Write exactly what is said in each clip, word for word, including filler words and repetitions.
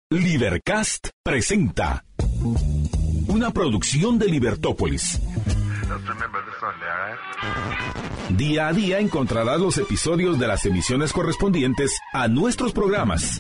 Libercast presenta una producción de Libertópolis. Día a día encontrarás los episodios de las emisiones correspondientes a nuestros programas.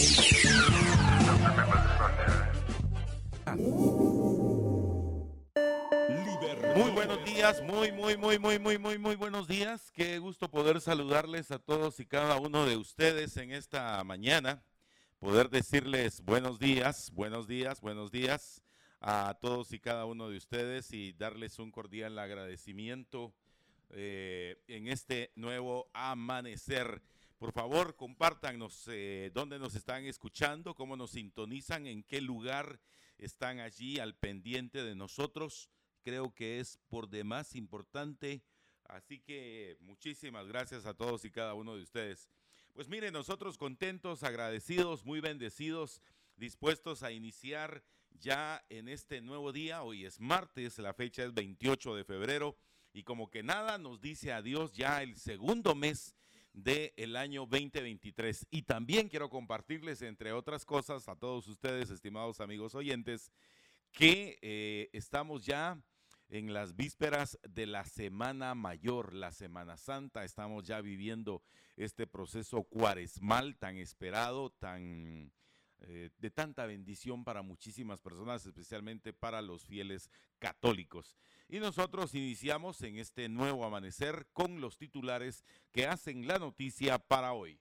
Muy buenos días, muy, muy, muy, muy, muy, muy, muy buenos días. Qué gusto poder saludarles a todos y cada uno de ustedes en esta mañana. Poder decirles buenos días, buenos días, buenos días a todos y cada uno de ustedes y darles un cordial agradecimiento eh, en este nuevo amanecer. Por favor, compártanos eh, dónde nos están escuchando, cómo nos sintonizan, en qué lugar están allí al pendiente de nosotros. Creo que es por demás importante, así que muchísimas gracias a todos y cada uno de ustedes. Pues miren, nosotros contentos, agradecidos, muy bendecidos, dispuestos a iniciar ya en este nuevo día. Hoy es martes, la fecha es veintiocho de febrero y como que nada nos dice adiós ya el segundo mes del año veinte veintitrés. Y también quiero compartirles, entre otras cosas, a todos ustedes, estimados amigos oyentes, que eh, estamos ya en las vísperas de la Semana Mayor, la Semana Santa. Estamos ya viviendo este proceso cuaresmal tan esperado, tan eh, de tanta bendición para muchísimas personas, especialmente para los fieles católicos. Y nosotros iniciamos en este nuevo amanecer con los titulares que hacen la noticia para hoy.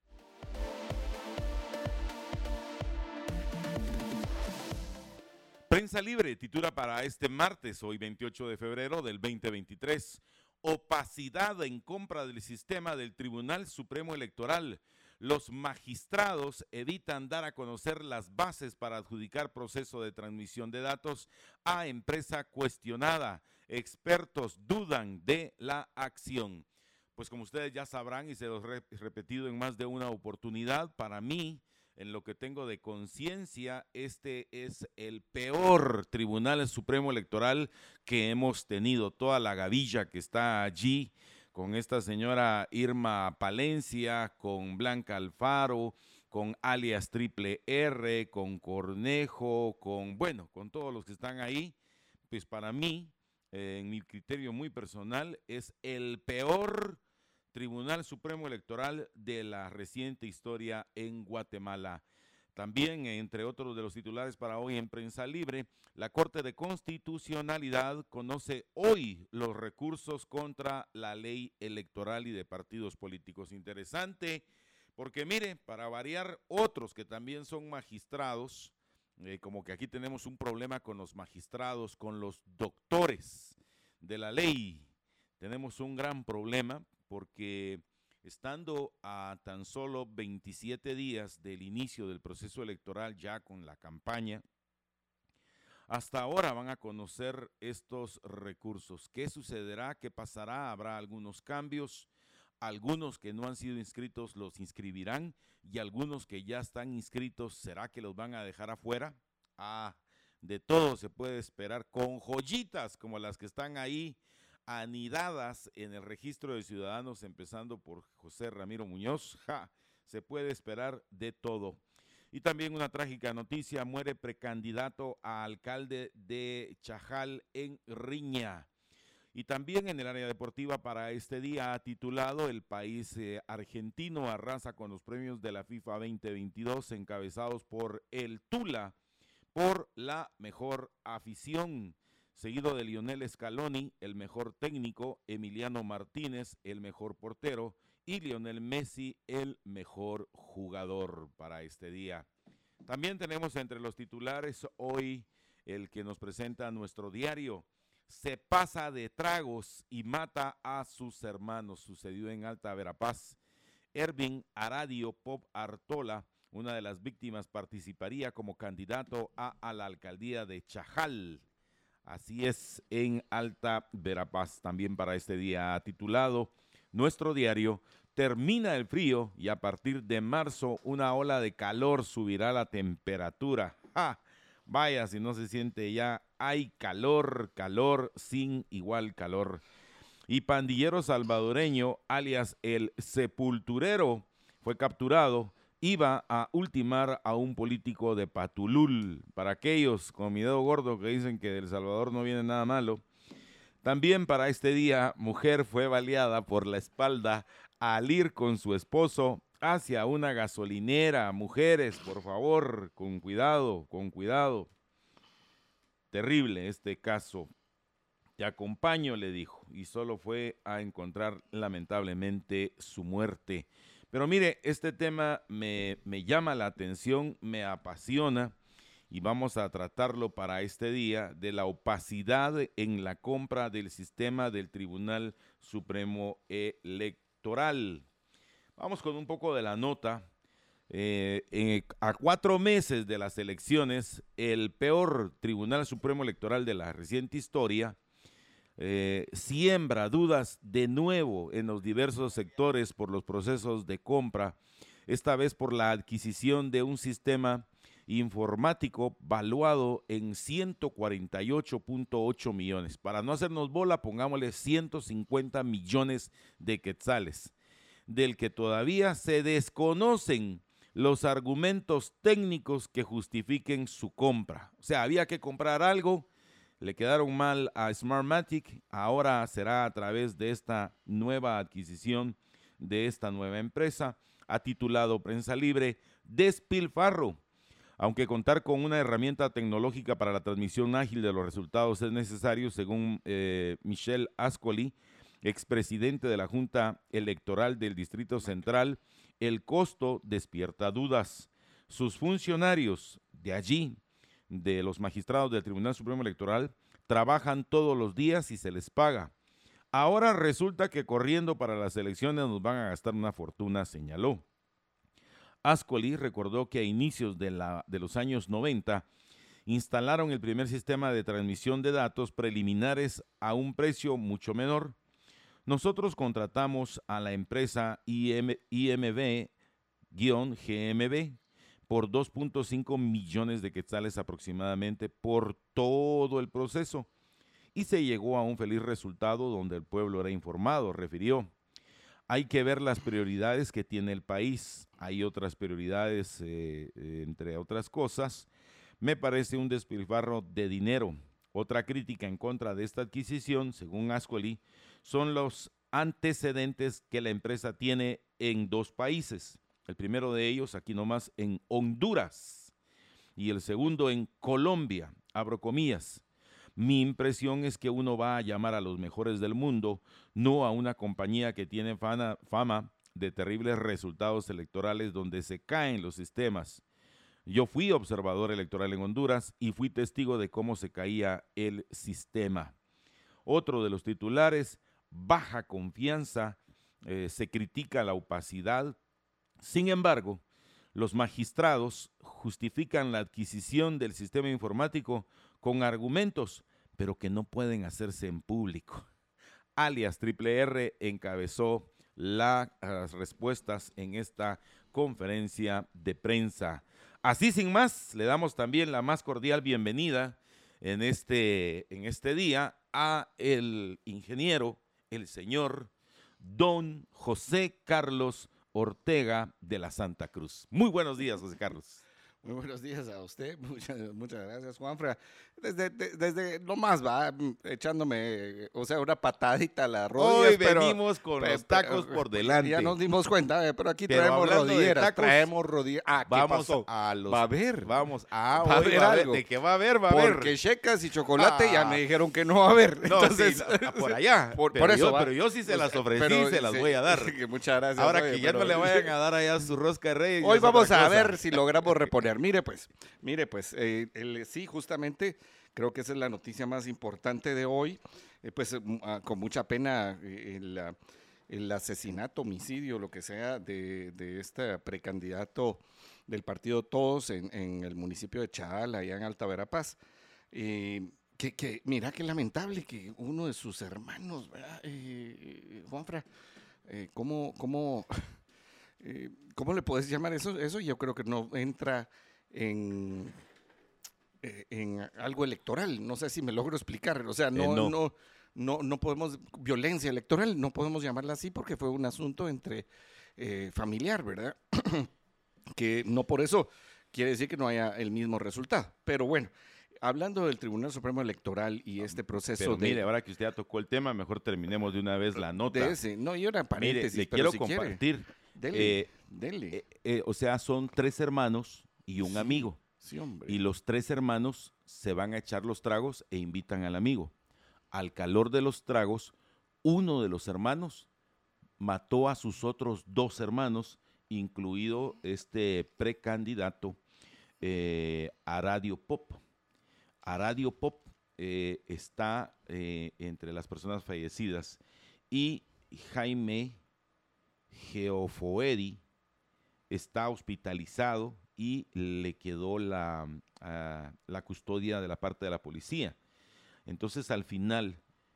Prensa Libre titula para este martes, hoy veintiocho de febrero del veinte veintitrés, opacidad en compra del sistema del Tribunal Supremo Electoral. Los magistrados evitan dar a conocer las bases para adjudicar proceso de transmisión de datos a empresa cuestionada. Expertos dudan de la acción. Pues como ustedes ya sabrán y se los he repetido en más de una oportunidad, para mí, en lo que tengo de conciencia, este es el peor Tribunal Supremo Electoral que hemos tenido. Toda la gavilla que está allí, con esta señora Irma Palencia, con Blanca Alfaro, con alias Triple R, con Cornejo, con, bueno, con todos los que están ahí, pues para mí, eh, en mi criterio muy personal, es el peor Tribunal Supremo Electoral de la reciente historia en Guatemala. También, entre otros de los titulares para hoy en Prensa Libre, la Corte de Constitucionalidad conoce hoy los recursos contra la ley electoral y de partidos políticos. Interesante, porque mire, para variar, otros que también son magistrados, eh, como que aquí tenemos un problema con los magistrados, con los doctores de la ley, tenemos un gran problema, porque estando a tan solo veintisiete días del inicio del proceso electoral, ya con la campaña, hasta ahora van a conocer estos recursos. ¿Qué sucederá? ¿Qué pasará? ¿Habrá algunos cambios? Algunos que no han sido inscritos los inscribirán y algunos que ya están inscritos, ¿será que los van a dejar afuera? Ah, de todo se puede esperar, con joyitas como las que están ahí anidadas en el registro de ciudadanos, empezando por José Ramiro Muñoz. Ja, se puede esperar de todo. Y también una trágica noticia: muere precandidato a alcalde de Chajal en Riña. Y también en el área deportiva para este día ha titulado: el país eh, argentino arrasa con los premios de la FIFA veinte veintidós encabezados por el Tula por la mejor afición, seguido de Lionel Scaloni, el mejor técnico, Emiliano Martínez, el mejor portero, y Lionel Messi, el mejor jugador para este día. También tenemos entre los titulares hoy el que nos presenta nuestro diario: se pasa de tragos y mata a sus hermanos. Sucedió en Alta Verapaz. Ervin Aradio Pop Artola, una de las víctimas, participaría como candidato a, a la alcaldía de Chajal. Así es, en Alta Verapaz. También para este día ha titulado nuestro diario: termina el frío y a partir de marzo una ola de calor subirá la temperatura. ¡Ja! Vaya, si no se siente ya, hay calor, calor sin igual calor. Y pandillero salvadoreño, alias el Sepulturero, fue capturado iba a ultimar a un político de Patulul. Para aquellos con mi dedo gordo que dicen que de El Salvador no viene nada malo. También para este día, mujer fue baleada por la espalda al ir con su esposo hacia una gasolinera. Mujeres, por favor, con cuidado, con cuidado. Terrible este caso. Te acompaño, le dijo, y solo fue a encontrar lamentablemente su muerte. Pero mire, este tema me, me llama la atención, me apasiona, y vamos a tratarlo para este día, de la opacidad en la compra del sistema del Tribunal Supremo Electoral. Vamos con un poco de la nota. Eh, eh, a cuatro meses de las elecciones, el peor Tribunal Supremo Electoral de la reciente historia eh, siembra dudas de nuevo en los diversos sectores por los procesos de compra, esta vez por la adquisición de un sistema informático valuado en ciento cuarenta y ocho punto ocho millones. Para no hacernos bola, pongámosle ciento cincuenta millones de quetzales, del que todavía se desconocen los argumentos técnicos que justifiquen su compra. O sea, había que comprar algo, le quedaron mal a Smartmatic, ahora será a través de esta nueva adquisición de esta nueva empresa, ha titulado Prensa Libre, Despilfarro. Aunque contar con una herramienta tecnológica para la transmisión ágil de los resultados es necesario, según eh, Michel Ascoli, expresidente de la Junta Electoral del Distrito Central, el costo despierta dudas. Sus funcionarios de allí, de los magistrados del Tribunal Supremo Electoral, trabajan todos los días y se les paga. Ahora resulta que corriendo para las elecciones nos van a gastar una fortuna, señaló. Ascoli recordó que a inicios de, la, de los años noventa instalaron el primer sistema de transmisión de datos preliminares a un precio mucho menor. Nosotros contratamos a la empresa I M B G M B por dos punto cinco millones de quetzales aproximadamente por todo el proceso y se llegó a un feliz resultado donde el pueblo era informado, refirió. Hay que ver las prioridades que tiene el país. Hay otras prioridades, eh, eh, entre otras cosas. Me parece un despilfarro de dinero. Otra crítica en contra de esta adquisición, según Ascoli, son los antecedentes que la empresa tiene en dos países. El primero de ellos, aquí nomás, en Honduras. Y el segundo en Colombia. Abro comillas. Mi impresión es que uno va a llamar a los mejores del mundo, no a una compañía que tiene fama, fama de terribles resultados electorales donde se caen los sistemas. Yo fui observador electoral en Honduras y fui testigo de cómo se caía el sistema. Otro de los titulares, baja confianza, eh, se critica la opacidad. Sin embargo, los magistrados justifican la adquisición del sistema informático con argumentos, pero que no pueden hacerse en público. Alias Triple R encabezó las respuestas en esta conferencia de prensa. Así sin más, le damos también la más cordial bienvenida en este, en este día a el ingeniero, el señor don José Carlos Ortega de la Santa Cruz. Muy buenos días, José Carlos. Muy buenos días a usted, muchas, muchas gracias, Juanfra. Desde, de, desde lo más va, echándome, o sea, una patadita a la rodilla. Hoy venimos pero, con pero, los tacos pero, por delante. Ya nos dimos cuenta, pero aquí pero traemos rodilleras, tacos, traemos rodilleras. Ah, ¿qué vamos pasó? A los, va a haber. Vamos a, va a haber va algo. ¿De qué va a haber? Va a haber. Porque checas y chocolate ah. ya me dijeron que no va a haber. No, entonces, sí, no, por allá. Por, pero por eso yo, va. Pero yo sí se las ofrecí, pero, se las sí, voy a dar. Muchas gracias. Ahora oye, que ya pero, no le vayan a dar allá su rosca de reyes. Hoy vamos a ver si logramos reponer. Mire, pues. Mire, pues, eh, el, sí, justamente creo que esa es la noticia más importante de hoy. Eh, pues, uh, con mucha pena, eh, el, uh, el asesinato, homicidio, lo que sea, de, de este precandidato del partido Todos en, en el municipio de Chaala, allá en Alta Verapaz. Eh, que, que, mira, qué lamentable que uno de sus hermanos, ¿verdad? Eh, Juanfra, eh, ¿cómo, cómo, eh, ¿cómo le puedes llamar eso? Eso yo creo que no entra en, en algo electoral, no sé si me logro explicar, o sea, no, eh, no. no, no, no podemos, violencia electoral, no podemos llamarla así porque fue un asunto entre eh, familiar, ¿verdad? que no por eso quiere decir que no haya el mismo resultado. Pero bueno, hablando del Tribunal Supremo Electoral y este proceso pero de... mire, ahora que usted ya tocó el tema, mejor terminemos de una vez la nota. De ese, no, y ahora paréntesis, Mire, le pero quiero si compartir. quiere, dele, eh, dele. eh, eh, o sea, son tres hermanos y un Sí, amigo. Sí, hombre. Y los tres hermanos se van a echar los tragos e invitan al amigo. Al calor de los tragos, uno de los hermanos mató a sus otros dos hermanos, incluido este precandidato eh, Aradio Pop. Aradio Pop eh, está eh, entre las personas fallecidas y Jaime Geofoedi está hospitalizado y le quedó la, uh, la custodia de la parte de la policía. Entonces al final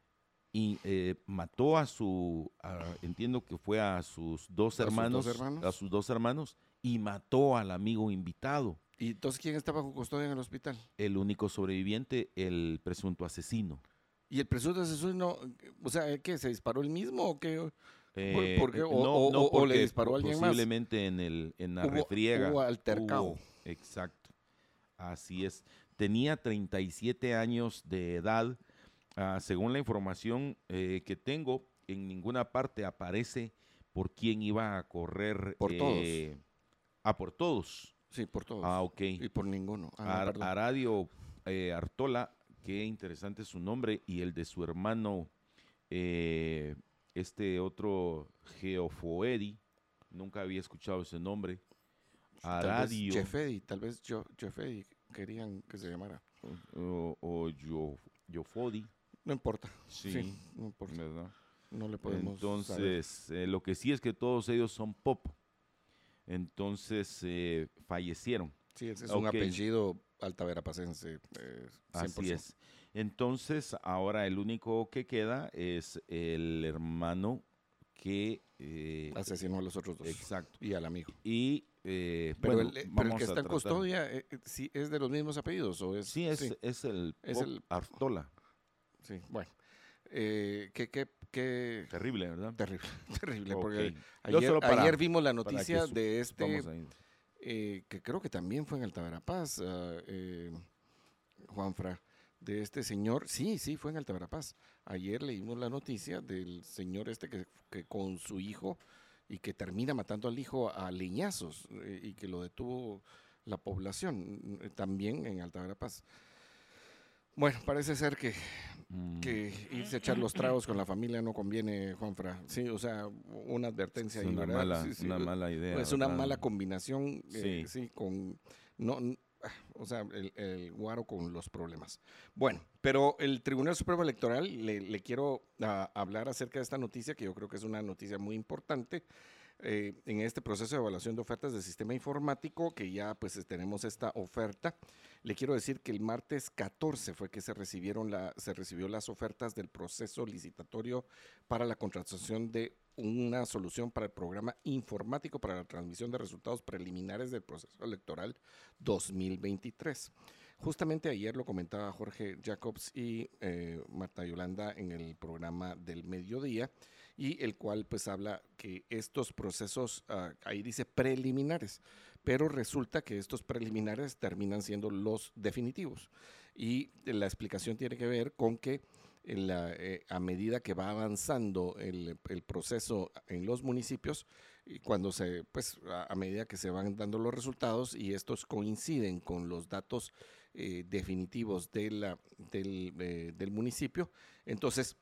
y, eh, mató a su, a, entiendo que fue a sus dos hermanos, ¿A sus dos hermanos? a sus dos hermanos y mató al amigo invitado. ¿Y entonces quién está bajo custodia en el hospital? El único sobreviviente, el presunto asesino. ¿Y el presunto asesino, o sea, qué, se disparó él mismo o qué? Eh, ¿Por qué? O, no, o- no o- o le porque disparó a alguien más. posiblemente en, el, en la Hubo- refriega. hubo altercado. Hubo- exacto. Así es. Tenía treinta y siete años de edad. Ah, según la información eh, que tengo, en ninguna parte aparece por quién iba a correr. Por eh, Ah, por todos. Sí, por todos. Ah, ok. Y por ninguno. Ah, no, Ar- perdón. Aradio eh, Artola, qué interesante su nombre, y el de su hermano, eh, este otro Geofoedi, nunca había escuchado ese nombre. Aradio. Tal vez Jeffedi, tal vez Jo- Jeffedi querían que se llamara. O, o yo, Yofodi. No importa. Sí, Sí, no importa. ¿verdad? No le podemos saber. Entonces, eh, lo que sí es que todos ellos son pop. Entonces, eh, fallecieron. Sí, ese es un Ok. apellido altaverapacense. Eh, cien por Así ciento. es. Entonces, ahora el único que queda es el hermano que... eh, Asesinó a los otros dos. exacto. Y al amigo. Y, eh, Pero, bueno, el, eh, pero el vamos que a está en tratar- custodia, eh, eh, ¿sí es de los mismos apellidos? ¿O es, Sí, es, sí, es el Es Pop el- Artola. sí, bueno. Eh, qué, qué, qué Terrible, ¿verdad? terrible, terrible. Ok. Porque Yo ayer, solo para- ayer vimos la para que noticia su- de este, Vamos ahí. eh, que creo que también fue en Altaverapaz, ah, eh, Juanfra, de este señor. Sí, sí, fue en Altaverapaz. Ayer leímos la noticia del señor este que, que con su hijo y que termina matando al hijo a leñazos eh, y que lo detuvo la población, eh, también en Altaverapaz. Bueno, parece ser que, Mm, que irse a echar los tragos con la familia no conviene, Juanfra. Sí, o sea, una advertencia es ahí, una ¿verdad? mala, Sí, sí, una eh, mala idea. es una ¿verdad? mala combinación, eh, Sí. sí, con, no, n- ah, o sea, el, el guaro con los problemas. Bueno, pero el Tribunal Supremo Electoral, le, le quiero ah, hablar acerca de esta noticia, que yo creo que es una noticia muy importante, eh, en este proceso de evaluación de ofertas del sistema informático, que ya pues tenemos esta oferta. Le quiero decir que el martes catorce fue que se recibieron la, se recibió las ofertas del proceso licitatorio para la contratación de una solución para el programa informático para la transmisión de resultados preliminares del proceso electoral dos mil veintitrés. Justamente ayer lo comentaba Jorge Jacobs y eh, Marta Yolanda en el programa del mediodía, y el cual pues habla que estos procesos, uh, ahí dice preliminares, pero resulta que estos preliminares terminan siendo los definitivos. Y la explicación tiene que ver con que en la, eh, a medida que va avanzando el, el proceso en los municipios, y cuando se, pues a, a medida que se van dando los resultados y estos coinciden con los datos eh, definitivos de la, del, eh, del municipio, entonces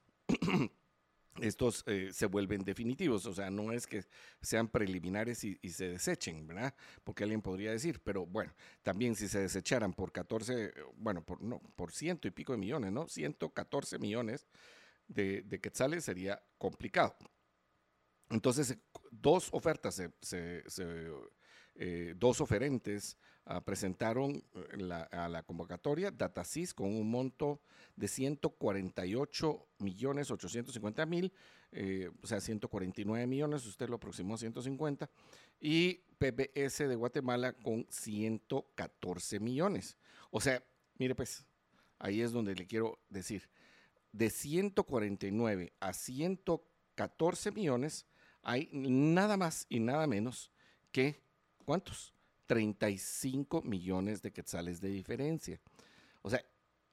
estos eh, se vuelven definitivos, o sea, no es que sean preliminares y, y se desechen, ¿verdad? Porque alguien podría decir, pero bueno, también si se desecharan por catorce, bueno, por, no, por ciento y pico de millones, ¿no? ciento catorce millones de, de quetzales sería complicado. Entonces, dos ofertas, se, se, se, eh, dos oferentes uh, presentaron la, a la convocatoria, Datasys con un monto de ciento cuarenta y ocho millones ochocientos cincuenta mil, eh, o sea, ciento cuarenta y nueve millones, usted lo aproximó a ciento cincuenta, y P B S de Guatemala con ciento catorce millones. O sea, mire pues, ahí es donde le quiero decir, de ciento cuarenta y nueve a ciento catorce millones, hay nada más y nada menos que, ¿cuántos? treinta y cinco millones de quetzales de diferencia. O sea,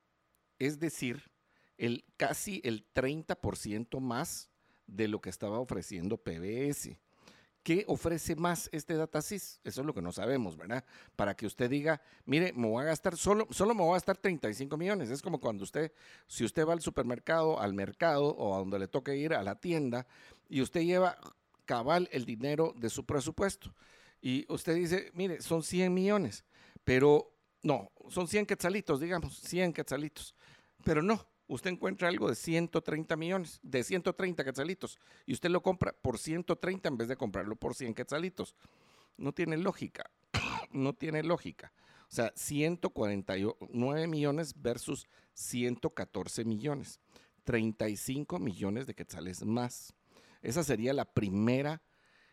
es decir, el, casi el treinta por ciento más de lo que estaba ofreciendo P B S. ¿Qué ofrece más este DataSys? Eso es lo que no sabemos, ¿verdad? Para que usted diga, mire, me voy a gastar, solo, solo me voy a gastar treinta y cinco millones. Es como cuando usted, si usted va al supermercado, al mercado o a donde le toque ir a la tienda y usted lleva cabal el dinero de su presupuesto y usted dice, mire, son cien millones, pero no, son cien quetzalitos, digamos, cien quetzalitos, pero no. Usted encuentra algo de ciento treinta millones, de ciento treinta quetzalitos, y usted lo compra por ciento treinta en vez de comprarlo por cien quetzalitos. No tiene lógica, no tiene lógica. O sea, ciento cuarenta y nueve millones versus ciento catorce millones, treinta y cinco millones de quetzales más. Esa sería la primera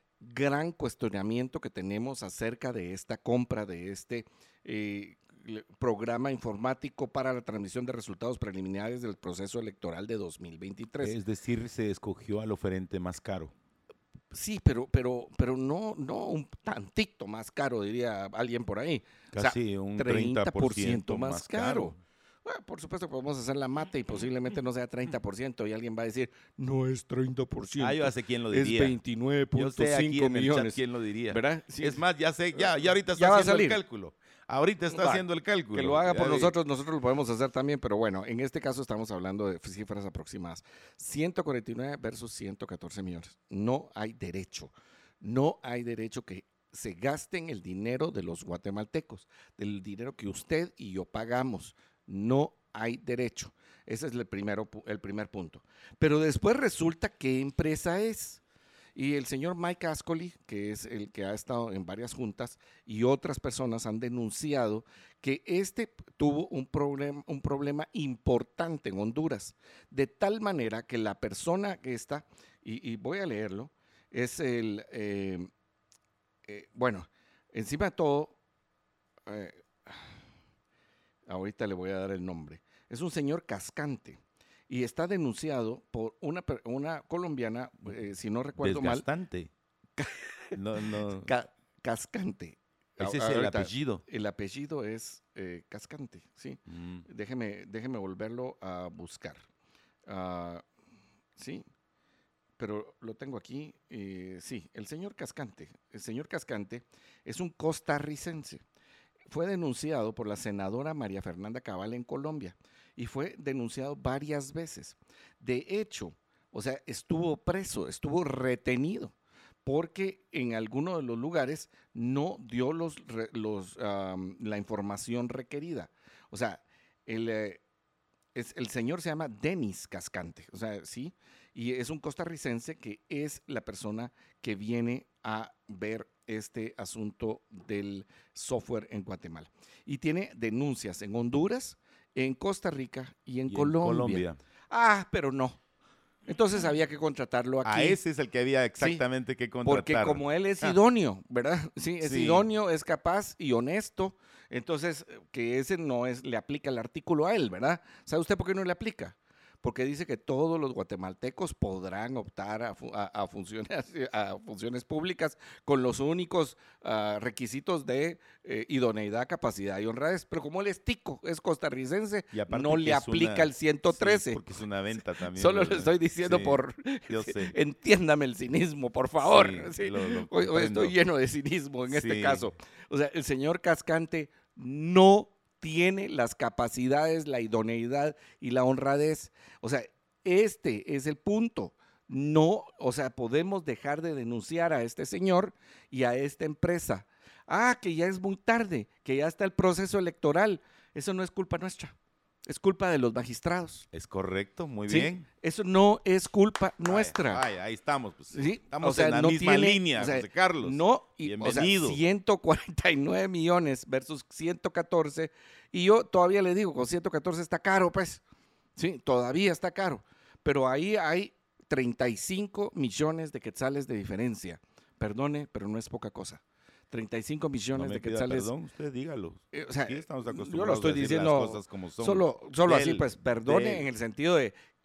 gran cuestionamiento que tenemos acerca de esta compra, de este eh, programa informático para la transmisión de resultados preliminares del proceso electoral de dos mil veintitrés. Es decir, se escogió al oferente más caro. Sí, pero, pero, pero no, no un tantito más caro, diría alguien por ahí. Casi o sea, un treinta por ciento más, más caro. caro. Bueno, por supuesto podemos hacer la mate y posiblemente no sea treinta por ciento y alguien va a decir, no es treinta por ciento. Ah, yo sé quién lo diría. Es veintinueve punto cinco millones. ¿Quién lo diría? ¿Verdad? Sí. Es más, ya sé, ya, ya ahorita está ya haciendo el cálculo. Ahorita está va, haciendo el cálculo. Que lo haga por nosotros, nosotros lo podemos hacer también, pero bueno, en este caso estamos hablando de cifras aproximadas. ciento cuarenta y nueve versus ciento catorce millones. No hay derecho, no hay derecho que se gasten el dinero de los guatemaltecos, del dinero que usted y yo pagamos. No hay derecho. Ese es el, primero, el primer punto. Pero después resulta qué empresa es. Y el señor Mike Ascoli, que es el que ha estado en varias juntas, y otras personas han denunciado que este tuvo un, problem, un problema importante en Honduras, de tal manera que la persona que está, y, y voy a leerlo, es el, eh, eh, bueno, encima de todo, eh, ahorita le voy a dar el nombre, es un señor Cascante. Y está denunciado por una, una colombiana, eh, si no recuerdo Desgastante. mal. no, no. Ca Cascante. Ese es el Ahorita, apellido. El apellido es eh, Cascante, sí. Mm. Déjeme, déjeme volverlo a buscar. Uh, sí, pero lo tengo aquí. Eh, sí, el señor Cascante. El señor Cascante es un costarricense. Fue denunciado por la senadora María Fernanda Cabal en Colombia y fue denunciado varias veces. De hecho, o sea, estuvo preso, estuvo retenido porque en alguno de los lugares no dio los, los, um, la información requerida. O sea, el, eh, es, el señor se llama Denis Cascante, o sea, sí, y es un costarricense que es la persona que viene a ver este asunto del software en Guatemala. Y tiene denuncias en Honduras, en Costa Rica y en, y Colombia. en Colombia. Ah, pero no. Entonces había que contratarlo aquí. A ese es el que había exactamente sí, que contratar. Porque como él es idóneo, ¿verdad? Sí, es sí. idóneo, es capaz y honesto. Entonces, que ese no es, le aplica el artículo a él, ¿verdad? ¿Sabe usted por qué no le aplica? Porque dice que todos los guatemaltecos podrán optar a, a, a, funciones, a funciones públicas con los únicos uh, requisitos de eh, idoneidad, capacidad y honradez. Pero como él es tico, es costarricense, no le aplica una, el ciento trece. Sí, porque es una venta también. Solo le estoy diciendo sí, por... Yo sé. Entiéndame el cinismo, por favor. Sí, sí. Lo, lo hoy, hoy estoy lleno de cinismo en sí. este caso. O sea, el señor Cascante no tiene las capacidades, la idoneidad y la honradez. O sea, este es el punto. No, o sea, podemos dejar de denunciar a este señor y a esta empresa. Ah, que ya es muy tarde, que ya está el proceso electoral. Eso no es culpa nuestra. Es culpa de los magistrados. Es correcto, muy ¿Sí? bien. Eso no es culpa nuestra. Ay, ay, ahí estamos. Pues. ¿Sí? Estamos o sea, en la no misma tiene, línea, o sea, José Carlos. No, y, bienvenido. O sea, ciento cuarenta y nueve millones versus ciento catorce. Y yo todavía le digo, con ciento catorce está caro, pues. Sí, todavía está caro. Pero ahí hay treinta y cinco millones de quetzales de diferencia. Perdone, pero no es poca cosa. treinta y cinco millones no me de pida quetzales. Perdón, usted dígalo. Eh, o sea, Aquí estamos acostumbrados yo lo estoy a decir diciendo las cosas como son. Solo, solo de así, él, pues, perdone de en el sentido de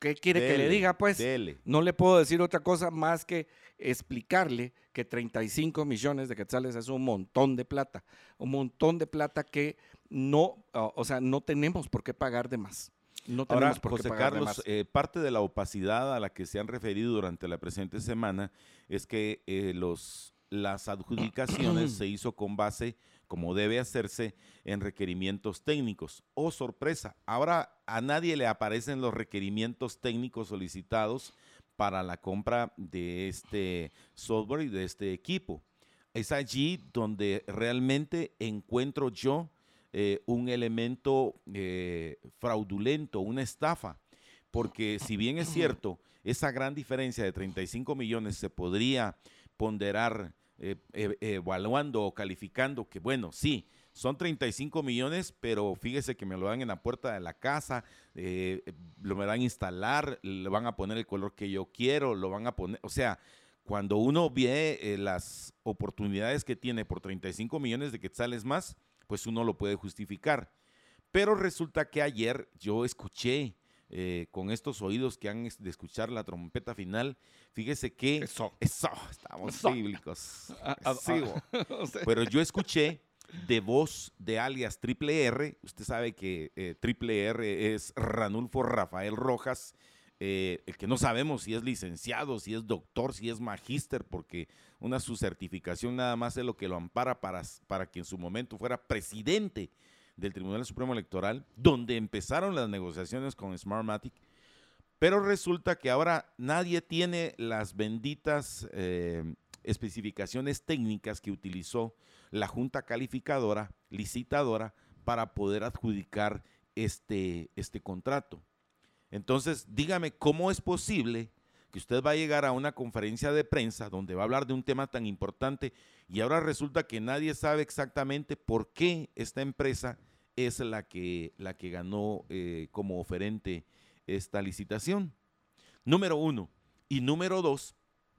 ¿qué quiere Dele, que le diga? Pues dele. no le puedo decir otra cosa más que explicarle que treinta y cinco millones de quetzales es un montón de plata, un montón de plata que no, uh, o sea, no tenemos por qué pagar de más. No tenemos Ahora, por qué José pagar de Carlos, más. eh, parte de la opacidad a la que se han referido durante la presente semana es que eh, los, las adjudicaciones se hizo con base, como debe hacerse, en requerimientos técnicos. ¡Oh, sorpresa! Ahora a nadie le aparecen los requerimientos técnicos solicitados para la compra de este software y de este equipo. Es allí donde realmente encuentro yo Eh, un elemento eh, fraudulento, una estafa, porque si bien es cierto, esa gran diferencia de treinta y cinco millones se podría ponderar eh, eh, evaluando o calificando que bueno, sí, son treinta y cinco millones, pero fíjese que me lo dan en la puerta de la casa, eh, lo me van a instalar, le van a poner el color que yo quiero, lo van a poner, o sea, cuando uno ve eh, las oportunidades que tiene por treinta y cinco millones de quetzales más, pues uno lo puede justificar. Pero resulta que ayer yo escuché eh, con estos oídos que han de escuchar la trompeta final, fíjese que Eso, eso estamos eso. bíblicos. Ah, ah, Sí, ah, o sea, pero yo escuché de voz de alias Triple R, usted sabe que eh, Triple R es Ranulfo Rafael Rojas, eh, el que no sabemos si es licenciado, si es doctor, si es magíster, porque una su certificación nada más es lo que lo ampara para, para que en su momento fuera presidente del Tribunal Supremo Electoral, donde empezaron las negociaciones con Smartmatic, pero resulta que ahora nadie tiene las benditas eh, especificaciones técnicas que utilizó la Junta Calificadora, licitadora, para poder adjudicar este, este contrato. Entonces, dígame, ¿cómo es posible que usted va a llegar a una conferencia de prensa donde va a hablar de un tema tan importante y ahora resulta que nadie sabe exactamente por qué esta empresa es la que, la que ganó eh, como oferente esta licitación? Número uno. Y número dos,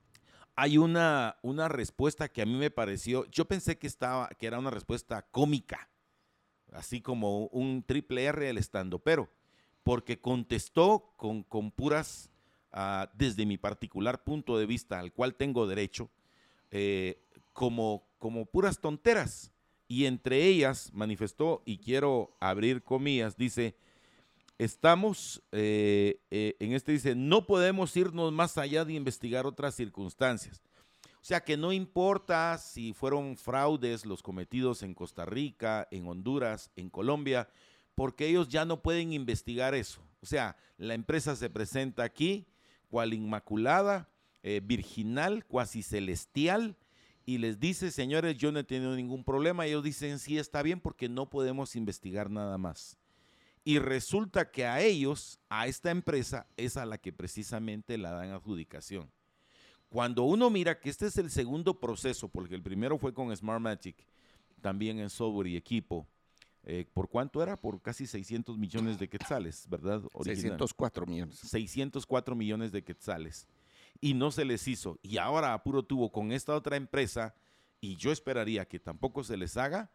hay una, una respuesta que a mí me pareció, yo pensé que, estaba, que era una respuesta cómica, así como un triple R el estandopero, porque contestó con, con puras, uh, desde mi particular punto de vista, al cual tengo derecho, eh, como, como puras tonteras. Y entre ellas manifestó, y quiero abrir comillas, dice, estamos, eh, eh, en este dice, no podemos irnos más allá de investigar otras circunstancias. O sea que no importa si fueron fraudes los cometidos en Costa Rica, en Honduras, en Colombia, porque ellos ya no pueden investigar eso. O sea, la empresa se presenta aquí, cual inmaculada, eh, virginal, cuasi celestial, y les dice, señores, yo no he tenido ningún problema. Ellos dicen, sí, está bien, porque no podemos investigar nada más. Y resulta que a ellos, a esta empresa, es a la que precisamente la dan adjudicación. Cuando uno mira que este es el segundo proceso, porque el primero fue con Smartmatic, también en software y equipo, Eh, ¿por cuánto era? Por casi seiscientos millones de quetzales, ¿verdad? Original. seiscientos cuatro millones. seiscientos cuatro millones de quetzales. Y no se les hizo. Y ahora apuro tuvo con esta otra empresa, y yo esperaría que tampoco se les haga,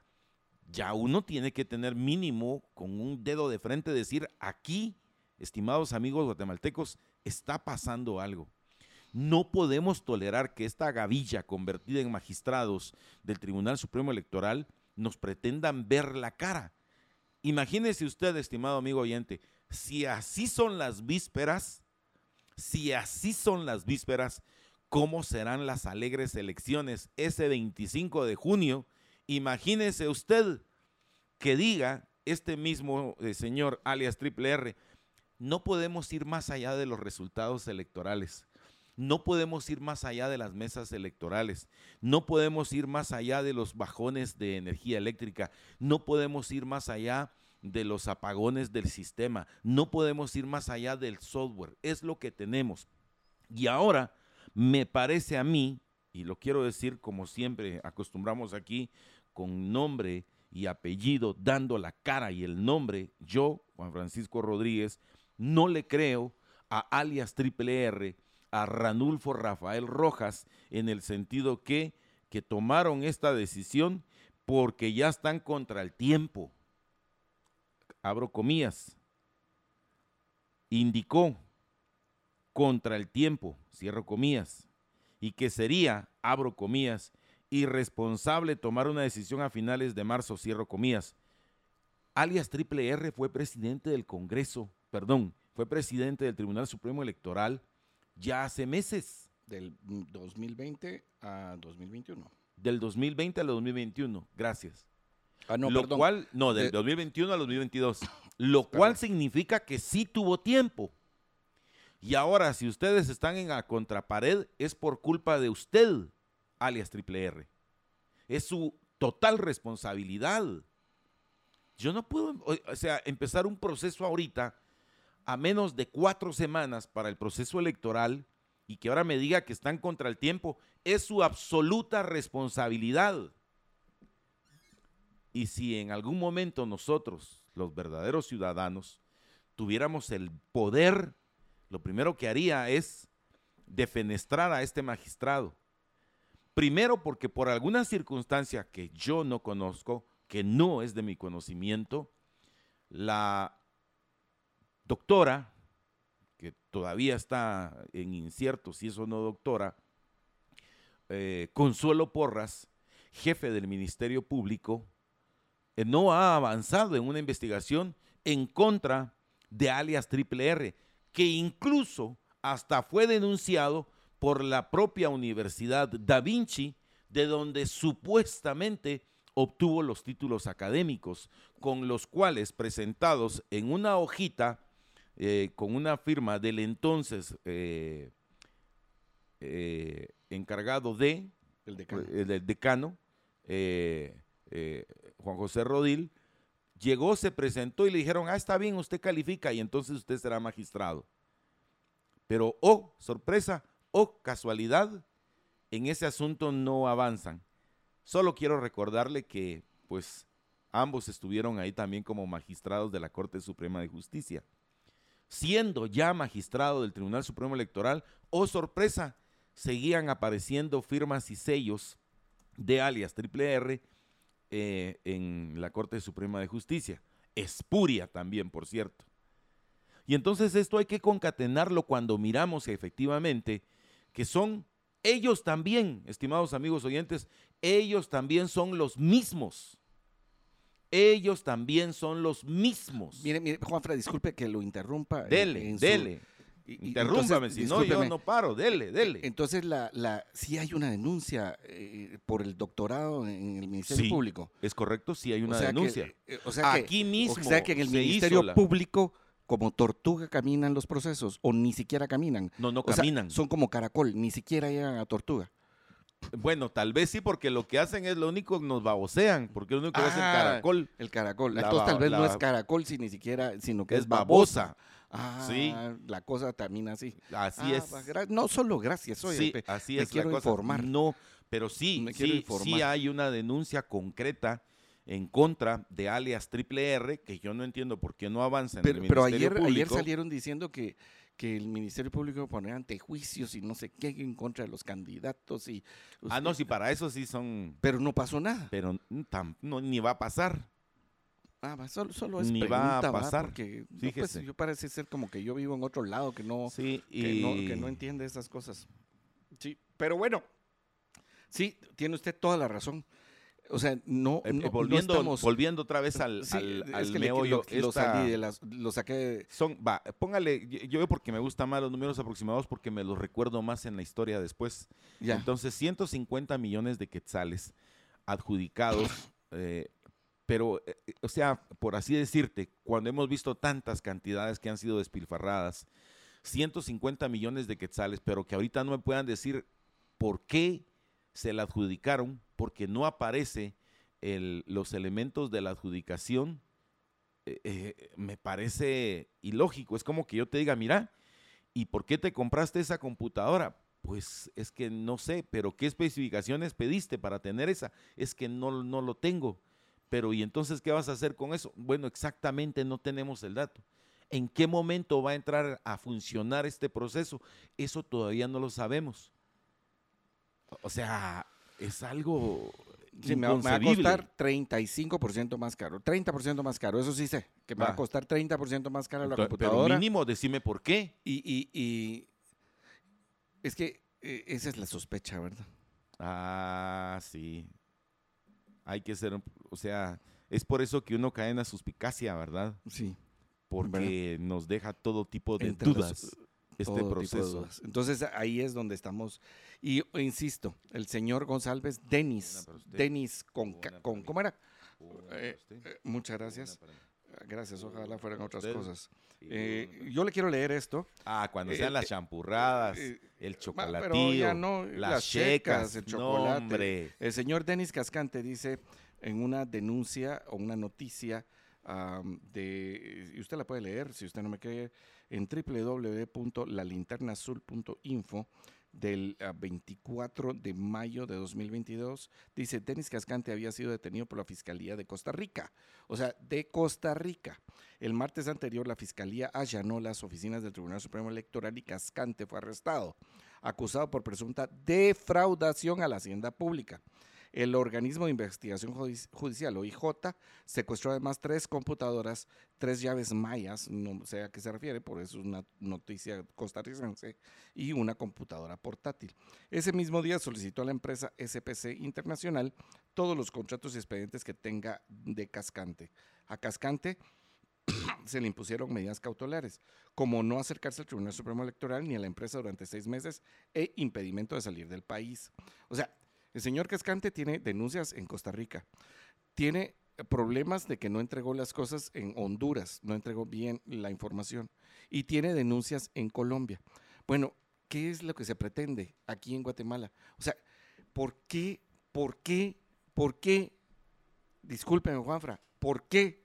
ya uno tiene que tener mínimo con un dedo de frente decir, aquí, estimados amigos guatemaltecos, está pasando algo. No podemos tolerar que esta gavilla convertida en magistrados del Tribunal Supremo Electoral nos pretendan ver la cara. Imagínese usted, estimado amigo oyente, si así son las vísperas, si así son las vísperas, ¿cómo serán las alegres elecciones ese veinticinco de junio? Imagínese usted que diga este mismo eh, señor alias Triple R, no podemos ir más allá de los resultados electorales. No podemos ir más allá de las mesas electorales, no podemos ir más allá de los bajones de energía eléctrica, no podemos ir más allá de los apagones del sistema, no podemos ir más allá del software, es lo que tenemos. Y ahora me parece a mí, y lo quiero decir como siempre acostumbramos aquí, con nombre y apellido, dando la cara y el nombre, yo, Juan Francisco Rodríguez, no le creo a alias Triple R, a Ranulfo Rafael Rojas, en el sentido que, que tomaron esta decisión porque ya están contra el tiempo. Abro comillas. Indicó contra el tiempo, cierro comillas, y que sería, abro comillas, irresponsable tomar una decisión a finales de marzo, cierro comillas. Alias Triple R fue presidente del Congreso, perdón, fue presidente del Tribunal Supremo Electoral ya hace meses. Del dos mil veinte a dos mil veintiuno. Del dos mil veinte al dos mil veintiuno, gracias. Ah, no, lo perdón. cual, no, del de, dos mil veintiuno al dos mil veintidós, lo perdón. cual significa que sí tuvo tiempo. Y ahora, si ustedes están en la contrapared, es por culpa de usted, alias Triple R. Es su total responsabilidad. Yo no puedo, o sea, empezar un proceso ahorita a menos de cuatro semanas para el proceso electoral y que ahora me diga que están contra el tiempo, es su absoluta responsabilidad. Y si en algún momento nosotros, los verdaderos ciudadanos, tuviéramos el poder, lo primero que haría es defenestrar a este magistrado. Primero porque por alguna circunstancia que yo no conozco, que no es de mi conocimiento, la doctora, que todavía está en incierto si es o no doctora, eh, Consuelo Porras, jefe del Ministerio Público, eh, no ha avanzado en una investigación en contra de alias Triple R, que incluso hasta fue denunciado por la propia Universidad Da Vinci, de donde supuestamente obtuvo los títulos académicos, con los cuales presentados en una hojita eh, con una firma del entonces eh, eh, encargado de, el decano, eh, del decano eh, eh, Juan José Rodil, llegó, se presentó y le dijeron, ah, está bien, usted califica y entonces usted será magistrado. Pero, oh, sorpresa, oh, casualidad, en ese asunto no avanzan. Solo quiero recordarle que, pues, ambos estuvieron ahí también como magistrados de la Corte Suprema de Justicia. Siendo ya magistrado del Tribunal Supremo Electoral, oh, sorpresa, seguían apareciendo firmas y sellos de alias Triple R eh, en la Corte Suprema de Justicia. Espuria también, por cierto. Y entonces esto hay que concatenarlo cuando miramos efectivamente que son ellos también, estimados amigos oyentes, ellos también son los mismos. Ellos también son los mismos. Mire, mire, Juanfra, disculpe que lo interrumpa. Dele, en, en dele. Su, y, Interrúmpame, si no yo no paro, dele, dele. Entonces, la, la, sí hay una denuncia eh, por el doctorado en el Ministerio sí, Público. Es correcto, sí hay una o sea denuncia. Que, eh, o sea Aquí que, mismo O sea que en el Ministerio la... Público, como tortuga caminan los procesos, o ni siquiera caminan. No, no o caminan. Sea, son como caracol, ni siquiera llegan a tortuga. Bueno, tal vez sí, porque lo que hacen es lo único que nos babosean, porque lo único que ah, es el caracol. El caracol. La, Entonces tal vez la, no es caracol, si ni siquiera, sino que es, es babosa. babosa. Ah, sí. La cosa termina así. Así ah, es. No solo gracias, oye, sí, me, así me es quiero la cosa. informar. No, pero sí, me sí, sí hay una denuncia concreta en contra de alias Triple R, que yo no entiendo por qué no avanza en pero, el pero Ministerio ayer, Público. ayer salieron diciendo que, que el Ministerio Público pone antejuicios y no sé qué en contra de los candidatos. y usted, Ah, no, sí, para eso sí son... Pero no pasó nada. Pero tam, no, ni va a pasar. Ah, solo, solo es ni pregunta, va a pasar. ¿va? Porque no, pues, yo parece ser como que yo vivo en otro lado que no, sí, y... que no, que no entiende esas cosas. Sí, pero bueno, sí, tiene usted toda la razón. O sea, no, eh, no, volviendo, no estamos... volviendo otra vez al, sí, al, es al que meollo. Le, lo, lo, salí de las, lo saqué de... Son, va, póngale, yo porque me gustan más los números aproximados porque me los recuerdo más en la historia después. Ya. Entonces, ciento cincuenta millones de quetzales adjudicados, eh, pero, eh, o sea, por así decirte, cuando hemos visto tantas cantidades que han sido despilfarradas, ciento cincuenta millones de quetzales, pero que ahorita no me puedan decir por qué se la adjudicaron, porque no aparece el, los elementos de la adjudicación, eh, eh, me parece ilógico. Es como que yo te diga, mira, ¿y por qué te compraste esa computadora? Pues es que no sé, pero ¿qué especificaciones pediste para tener esa? Es que no, no lo tengo. Pero ¿y entonces qué vas a hacer con eso? Bueno, exactamente no tenemos el dato. ¿En qué momento va a entrar a funcionar este proceso? Eso todavía no lo sabemos. O sea, es algo sí, me, me va a costar treinta y cinco por ciento más caro, treinta por ciento más caro, eso sí sé, que me va, va a costar treinta por ciento más caro la computadora. Pero mínimo, decime por qué. Y, y, y Es que eh, esa es la sospecha, ¿verdad? Ah, sí. Hay que ser, o sea, es por eso que uno cae en la suspicacia, ¿verdad? Sí. Porque ¿verdad? nos deja todo tipo de Entre dudas los- este todo tipo de proceso. dudas. Entonces ahí es donde estamos. Y e insisto, el señor González, Denis, Una para usted. Denis con, Una ca- para con mí. ¿cómo era? Una para Eh, usted, eh, muchas una gracias. para mí. Gracias, ojalá fueran Una otras para usted cosas. y Eh, una- yo le quiero leer esto. Ah, cuando Eh, sean eh, las champurradas, eh, el Ma- chocolatillo, pero ya no, las, las checas, checas, el no, chocolate. hombre. El señor Denis Cascante dice en una denuncia o una noticia um, de, y usted la puede leer si usted no me cree, en doble u doble u doble u punto la linterna azul punto info del uh, veinticuatro de mayo de dos mil veintidós, dice Denis Cascante había sido detenido por la Fiscalía de Costa Rica, o sea, de Costa Rica. El martes anterior la Fiscalía allanó las oficinas del Tribunal Supremo Electoral y Cascante fue arrestado, acusado por presunta defraudación a la hacienda pública. El organismo de investigación judicial, O I J, secuestró además tres computadoras, tres llaves mayas, no sé a qué se refiere, por eso es una noticia costarricense, y una computadora portátil. Ese mismo día solicitó a la empresa S P C Internacional todos los contratos y expedientes que tenga de Cascante. A Cascante se le impusieron medidas cautelares, como no acercarse al Tribunal Supremo Electoral ni a la empresa durante seis meses e impedimento de salir del país. O sea, el señor Cascante tiene denuncias en Costa Rica, tiene problemas de que no entregó las cosas en Honduras, no entregó bien la información y tiene denuncias en Colombia. Bueno, ¿qué es lo que se pretende aquí en Guatemala? O sea, ¿por qué, por qué, por qué, discúlpeme Juanfra, por qué,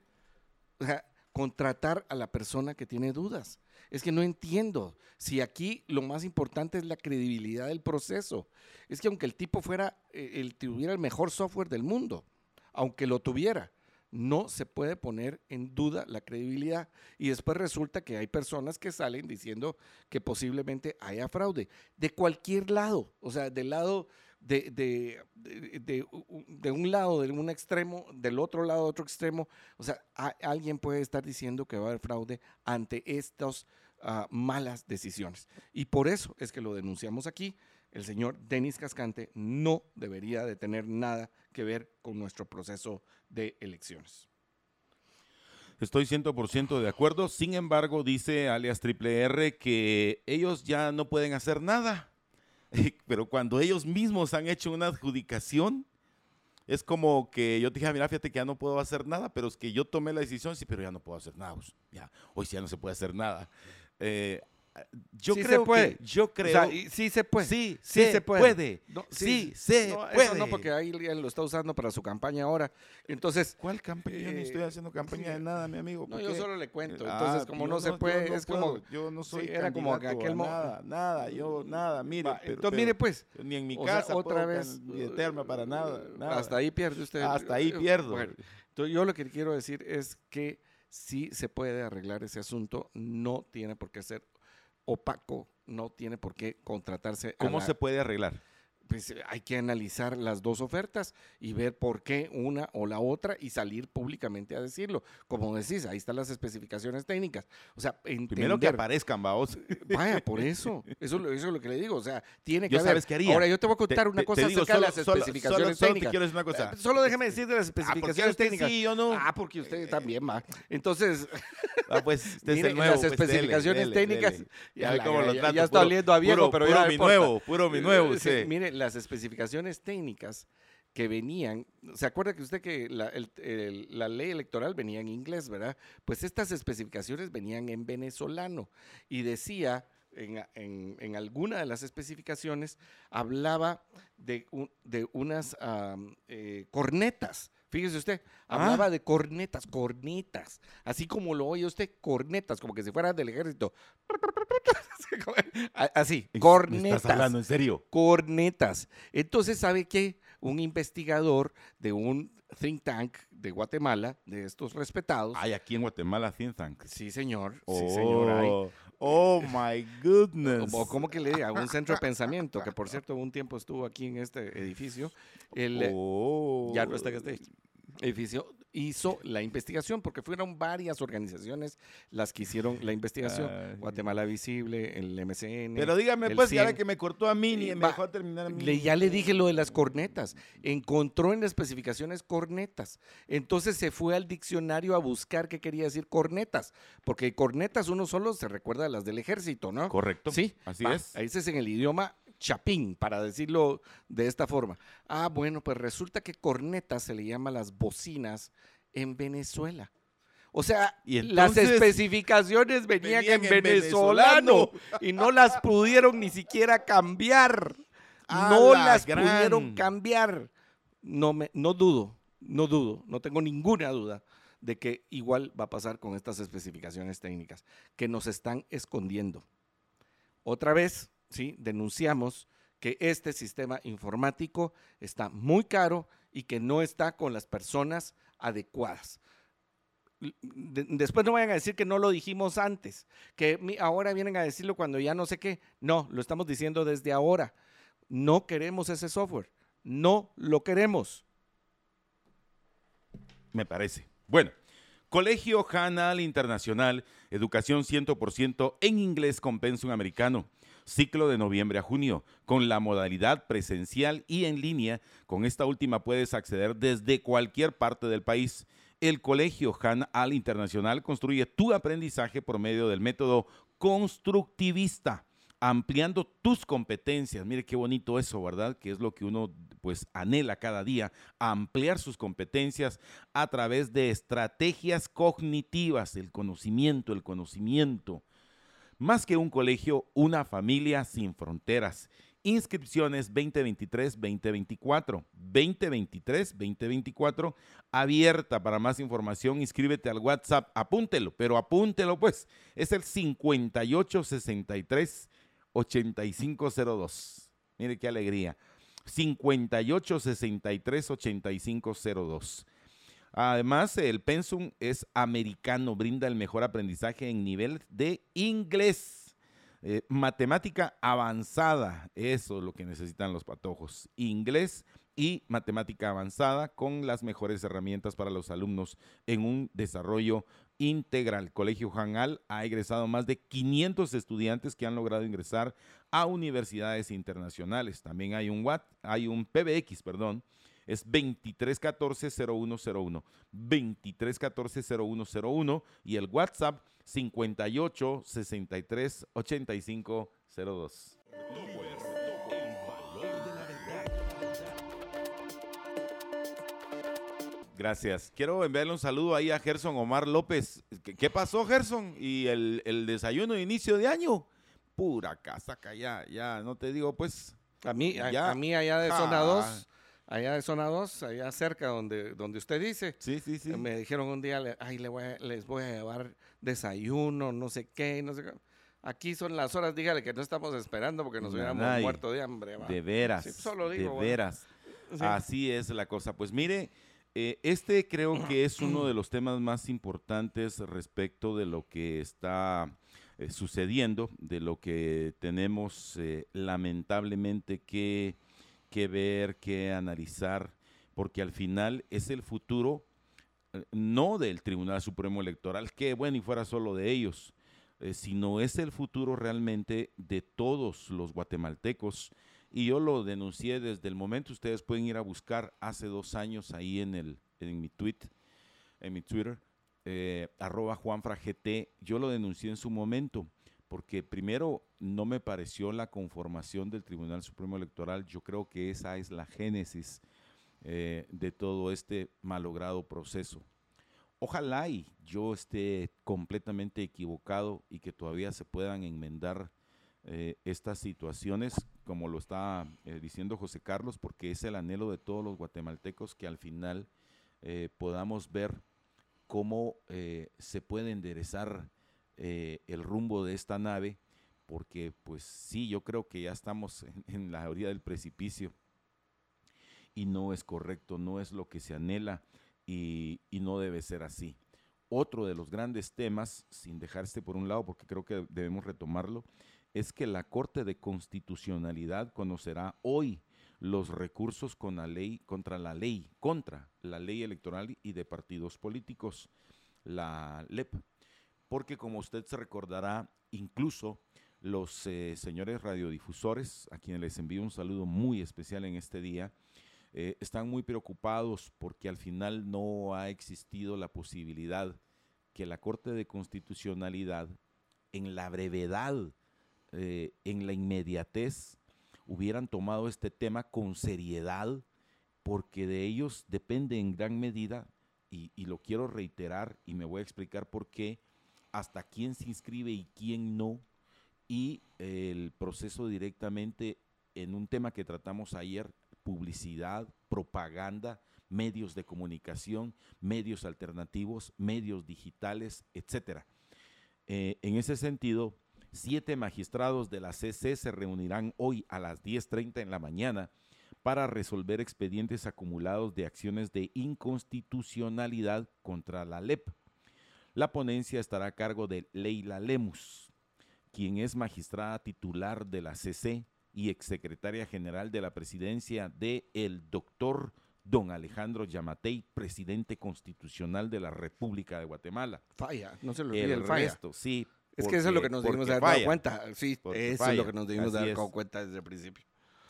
o sea, contratar a la persona que tiene dudas? Es que no entiendo si aquí lo más importante es la credibilidad del proceso. Es que aunque el tipo fuera, eh, el, tuviera el mejor software del mundo, aunque lo tuviera, no se puede poner en duda la credibilidad. Y después resulta que hay personas que salen diciendo que posiblemente haya fraude. De cualquier lado, o sea, del lado de, de, de, de, de un lado, de un extremo, del otro lado, de otro extremo. O sea, a, alguien puede estar diciendo que va a haber fraude ante estas uh, malas decisiones. Y por eso es que lo denunciamos aquí. El señor Denis Cascante no debería de tener nada que ver con nuestro proceso de elecciones. Estoy cien por ciento de acuerdo. Sin embargo, dice alias Triple R que ellos ya no pueden hacer nada. Pero cuando ellos mismos han hecho una adjudicación, es como que yo te dije, mira, fíjate que ya no puedo hacer nada, pero es que yo tomé la decisión, sí, pero ya no puedo hacer nada. Pues, ya, hoy sí ya no se puede hacer nada. Eh, Yo sí creo se puede. que, yo creo, o sea, y, sí se puede, sí, sí se, se puede, puede. No, sí, sí se no, puede. Eso no, porque ahí él lo está usando para su campaña ahora. Entonces, ¿cuál campaña? Yo no eh, estoy haciendo campaña de nada, mi amigo. no, ¿por yo qué? solo le cuento. Ah, Entonces, como yo no se yo puede, no es puedo, como, yo no soy sí, era como candidato aquel a mo- nada, nada, yo nada, mire. Va, pero- entonces, pero mire pues, ni en mi o sea, casa otra puedo vez, candidatearme para nada, nada. hasta ahí pierde usted. Hasta ahí pierdo. Bueno, entonces yo lo que quiero decir es que sí se puede arreglar ese asunto, no tiene por qué ser opaco, no tiene por qué contratarse. ¿Cómo a la, se puede arreglar? Pues hay que analizar las dos ofertas y ver por qué una o la otra y salir públicamente a decirlo. Como decís, ahí están las especificaciones técnicas. O sea, entender. Primero que aparezcan, vaos. Vaya, por eso. Eso, eso es lo que le digo. O sea, tiene que Yo haber. sabes qué haría. Ahora, yo te voy a contar Te- una te- cosa te digo, acerca de solo- las solo- especificaciones solo- solo te técnicas. quiero decir una cosa. Eh, Solo déjeme decir de las Ah, ¿por qué especificaciones usted técnicas. sí, yo no? Ah, porque usted también va. Entonces, Ah, pues, usted es mire, el nuevo. las pues, especificaciones dele, dele, técnicas. dele. Ya, Ya, la- cómo lo ya- trato, ya está puro- oliendo a viejo, puro- pero puro ya no mi importa. nuevo, puro mi nuevo, Sí, sí. mire, las especificaciones técnicas que venían, ¿se acuerda que usted que la, el- el- la ley electoral venía en inglés, verdad? Pues estas especificaciones venían en venezolano y decía, en, en, en alguna de las especificaciones, hablaba de, un- de unas um, eh, cornetas. Fíjese usted, hablaba Ah. de cornetas, cornetas, así como lo oye usted, cornetas, como que si fuera del ejército. Así, ¿Me cornetas. estás hablando en serio? Cornetas. Entonces, ¿sabe qué? Un investigador de un think tank de Guatemala, de estos respetados. Hay aquí en Guatemala think tank. Sí, señor. Oh, Sí, señor. Hay. oh my goodness. O como que le diga, un centro de pensamiento, que por cierto, un tiempo estuvo aquí en este edificio. El, eh, Oh. Ya no está en este edificio. hizo la investigación, porque fueron varias organizaciones las que hicieron la investigación. Ay. Guatemala Visible, el M C N. Pero dígame, pues, que ahora que me cortó a mí, ni me dejó terminar a mí. Le, ya le dije lo de las cornetas. Encontró en las especificaciones cornetas. Entonces se fue al diccionario a buscar qué quería decir cornetas, porque cornetas uno solo se recuerda a las del ejército, ¿no? Correcto. Sí, así va, es. Ahí es en el idioma chapín, para decirlo de esta forma. Ah, bueno, pues resulta que cornetas se le llama las bocinas en Venezuela. O sea, las especificaciones venían, venían en, en venezolano, venezolano y no las pudieron ni siquiera cambiar. A no la las gran. pudieron cambiar. No, me, no dudo, no dudo, no tengo ninguna duda de que igual va a pasar con estas especificaciones técnicas, que nos están escondiendo. Otra vez, sí, denunciamos que este sistema informático está muy caro y que no está con las personas adecuadas. De, después no vayan a decir que no lo dijimos antes, que mi, ahora vienen a decirlo cuando ya no sé qué. No, lo estamos diciendo desde ahora. No queremos ese software. No lo queremos. Me parece. Bueno, Colegio Hanal Internacional, educación cien por ciento en inglés con pensum americano. Ciclo de noviembre a junio, con la modalidad presencial y en línea. Con esta última puedes acceder desde cualquier parte del país. El Colegio Hanal Internacional construye tu aprendizaje por medio del método constructivista, ampliando tus competencias. Mire qué bonito eso, ¿verdad? Que es lo que uno pues anhela cada día, ampliar sus competencias a través de estrategias cognitivas, el conocimiento, el conocimiento. Más que un colegio, una familia sin fronteras. Inscripciones veinte veintitrés veinte veinticuatro. veinte veintitrés veinte veinticuatro. Abierta para más información. Inscríbete al WhatsApp. Apúntelo, pero apúntelo pues. Es el cincuenta y ocho sesenta y tres ochenta y cinco cero dos. Mire qué alegría. cincuenta y ocho sesenta y tres ochenta y cinco cero dos. Además, el pensum es americano, brinda el mejor aprendizaje en nivel de inglés. Eh, matemática avanzada, eso es lo que necesitan los patojos. Inglés y matemática avanzada con las mejores herramientas para los alumnos en un desarrollo integral. Colegio Hanal ha egresado más de quinientos estudiantes que han logrado ingresar a universidades internacionales. También hay un, hay un P B X, perdón. Es veintitrés catorce cero uno cero uno, veintitrés catorce cero uno cero uno y el WhatsApp cincuenta y ocho sesenta y tres ochenta y cinco cero dos. Gracias. Quiero enviarle un saludo ahí a Gerson Omar López. ¿Qué, qué pasó, Gerson? ¿Y el, el desayuno de inicio de año? Pura casaca, ya, ya, no te digo, pues. A mí, a, a mí allá de Zona dos. Allá de Zona dos, allá cerca donde, donde usted dice. Sí, sí, sí. Me dijeron un día, ay, le voy a, les voy a llevar desayuno, no sé qué, no sé qué. Aquí son las horas, dígale que no estamos esperando porque nos no, hubiéramos nadie. muerto de hambre. ¿Va? De veras, sí, solo digo, de bueno. veras. Sí. Así es la cosa. Pues mire, eh, este creo que es uno de los temas más importantes respecto de lo que está eh, sucediendo, de lo que tenemos eh, lamentablemente que... que ver, que analizar, porque al final es el futuro, eh, no del Tribunal Supremo Electoral, que bueno y fuera solo de ellos, eh, sino es el futuro realmente de todos los guatemaltecos. Y yo lo denuncié desde el momento, ustedes pueden ir a buscar hace dos años ahí en, el, en mi tweet, en mi Twitter, eh, arroba juanfragt, yo lo denuncié en su momento, porque primero no me pareció la conformación del Tribunal Supremo Electoral. Yo creo que esa es la génesis eh, de todo este malogrado proceso. Ojalá y yo esté completamente equivocado y que todavía se puedan enmendar eh, estas situaciones, como lo está eh, diciendo José Carlos, porque es el anhelo de todos los guatemaltecos que al final eh, podamos ver cómo eh, se puede enderezar Eh, el rumbo de esta nave, porque pues sí, yo creo que ya estamos en, en la orilla del precipicio y no es correcto, no es lo que se anhela y, y no debe ser así. Otro de los grandes temas, sin dejarse por un lado, porque creo que debemos retomarlo, es que la Corte de Constitucionalidad conocerá hoy los recursos con la ley, contra la ley, contra la ley electoral y de partidos políticos, la L E P. Porque como usted se recordará, incluso los eh, señores radiodifusores, a quienes les envío un saludo muy especial en este día, eh, están muy preocupados porque al final no ha existido la posibilidad que la Corte de Constitucionalidad, en la brevedad, eh, en la inmediatez, hubieran tomado este tema con seriedad, porque de ellos depende en gran medida, y, y lo quiero reiterar y me voy a explicar por qué, hasta quién se inscribe y quién no, y eh, el proceso directamente en un tema que tratamos ayer, publicidad, propaganda, medios de comunicación, medios alternativos, medios digitales, etcétera. Eh, en ese sentido, siete magistrados de la C C se reunirán hoy a las diez treinta en la mañana para resolver expedientes acumulados de acciones de inconstitucionalidad contra la L E P. La ponencia estará a cargo de Leila Lemus, quien es magistrada titular de la C C y exsecretaria general de la presidencia de el doctor don Alejandro Yamatei, presidente constitucional de la República de Guatemala. Falla, no se lo olvide el, el falla. resto, sí. Es que eso es lo que nos debimos haber dado cuenta. Sí, eso falla. es lo que nos debimos Así dar es. cuenta desde el principio.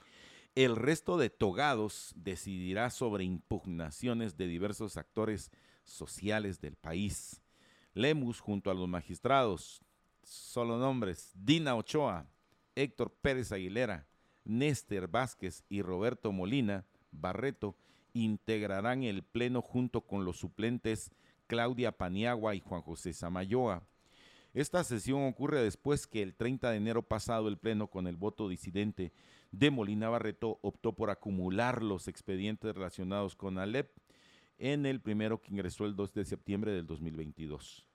El resto de togados decidirá sobre impugnaciones de diversos actores sociales del país. Lemus, junto a los magistrados, solo nombres, Dina Ochoa, Héctor Pérez Aguilera, Néstor Vázquez y Roberto Molina Barreto, integrarán el pleno junto con los suplentes Claudia Paniagua y Juan José Samayoa. Esta sesión ocurre después que el treinta de enero pasado el pleno, con el voto disidente de Molina Barreto, optó por acumular los expedientes relacionados con la L E P en el primero que ingresó el dos de septiembre del dos mil veintidós.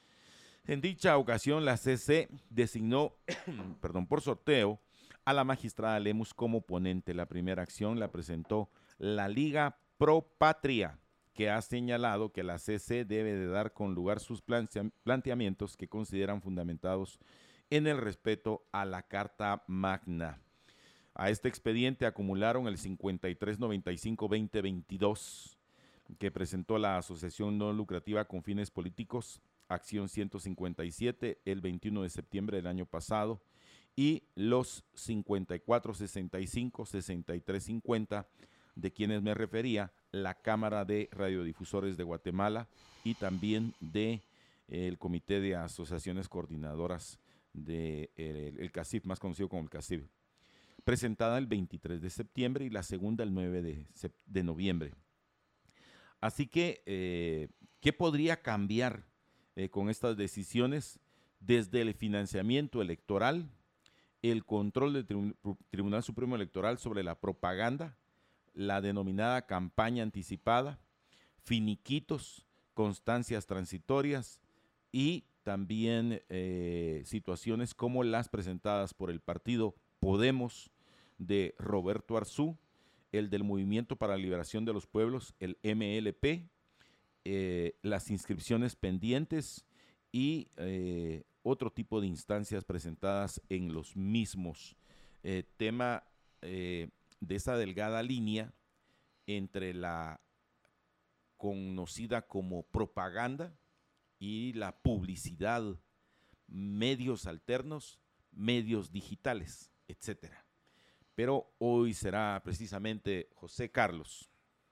En dicha ocasión, la C C designó perdón, por sorteo a la magistrada Lemus como ponente. La primera acción la presentó la Liga Pro Patria, que ha señalado que la C C debe de dar con lugar sus planteamientos que consideran fundamentados en el respeto a la Carta Magna. A este expediente acumularon el cincuenta y tres noventa y cinco veinte veintidós que presentó la Asociación No Lucrativa con Fines Políticos, Acción ciento cincuenta y siete, el veintiuno de septiembre del año pasado, y los cincuenta y cuatro sesenta y cinco sesenta y tres cincuenta, de quienes me refería, la Cámara de Radiodifusores de Guatemala y también de eh, el Comité de Asociaciones Coordinadoras del de, el, el CACIF, más conocido como el CACIF, presentada el veintitrés de septiembre y la segunda el nueve de, de noviembre. Así que, eh, ¿qué podría cambiar eh, con estas decisiones? Desde el financiamiento electoral, el control del Tribun- Tribunal Supremo Electoral sobre la propaganda, la denominada campaña anticipada, finiquitos, constancias transitorias y también eh, situaciones como las presentadas por el partido Podemos de Roberto Arzú, el del Movimiento para la Liberación de los Pueblos, el M L P, eh, las inscripciones pendientes y eh, otro tipo de instancias presentadas en los mismos. Eh, tema eh, de esa delgada línea entre la conocida como propaganda y la publicidad, medios alternos, medios digitales, etcétera. Pero hoy será precisamente José Carlos.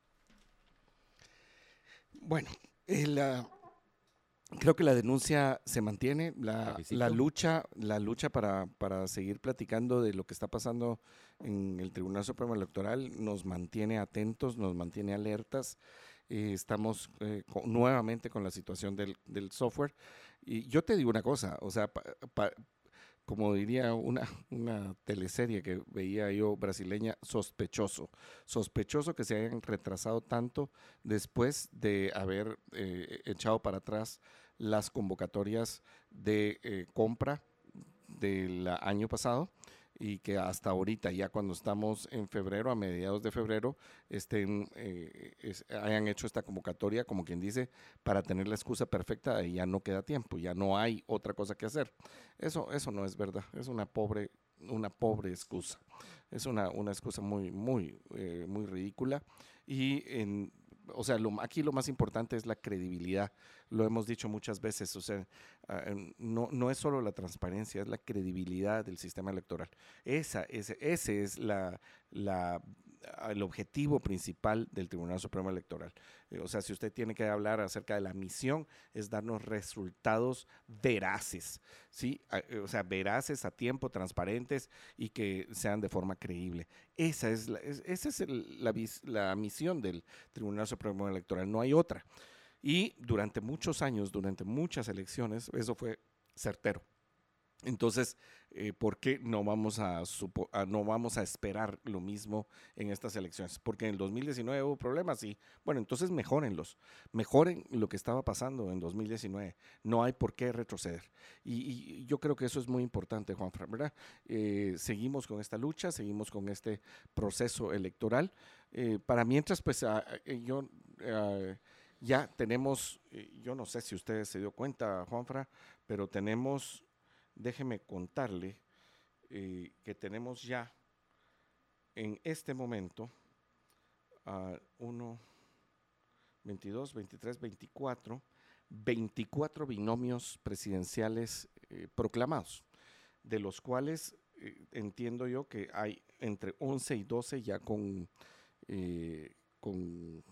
Bueno, el, uh, creo que la denuncia se mantiene, la, la lucha, la lucha para, para seguir platicando de lo que está pasando en el Tribunal Supremo Electoral nos mantiene atentos, nos mantiene alertas. Eh, estamos eh, con, nuevamente con la situación del, del software. Y yo te digo una cosa, o sea, pa, pa, como diría una, una teleserie que veía yo brasileña, sospechoso. Sospechoso que se hayan retrasado tanto después de haber eh, echado para atrás las convocatorias de eh, compra del año pasado y que hasta ahorita, ya cuando estamos en febrero, a mediados de febrero, estén, eh, es, hayan hecho esta convocatoria, como quien dice, para tener la excusa perfecta y ya no queda tiempo, ya no hay otra cosa que hacer. Eso, eso no es verdad, es una pobre, una pobre excusa. Es una, una excusa muy, muy, eh, muy ridícula. Y, en, o sea, lo, aquí lo más importante es la credibilidad. Lo hemos dicho muchas veces. O sea, uh, no, no es solo la transparencia, es la credibilidad del sistema electoral. Esa, ese, ese es la, la, el objetivo principal del Tribunal Supremo Electoral. Eh, o sea, si usted tiene que hablar acerca de la misión, es darnos resultados veraces, ¿sí? O sea, veraces a tiempo, transparentes y que sean de forma creíble. Esa es la, es, esa es el, la, la misión del Tribunal Supremo Electoral, no hay otra. Y durante muchos años, durante muchas elecciones, eso fue certero. Entonces, eh, ¿por qué no vamos a, supo, a, no vamos a esperar lo mismo en estas elecciones? Porque en el dos mil diecinueve hubo problemas y, bueno, entonces mejórenlos, mejoren lo que estaba pasando en dos mil diecinueve. No hay por qué retroceder. Y, y yo creo que eso es muy importante, Juanfran, ¿verdad? Eh, seguimos con esta lucha, seguimos con este proceso electoral. Eh, para mientras, pues, a, a, yo... A, ya tenemos, yo no sé si usted se dio cuenta, Juanfran, pero tenemos... Déjeme contarle eh, que tenemos ya en este momento uh, uno, veintidós, veintitrés, veinticuatro, veinticuatro binomios presidenciales eh, proclamados, de los cuales eh, entiendo yo que hay entre once y doce ya con, eh, con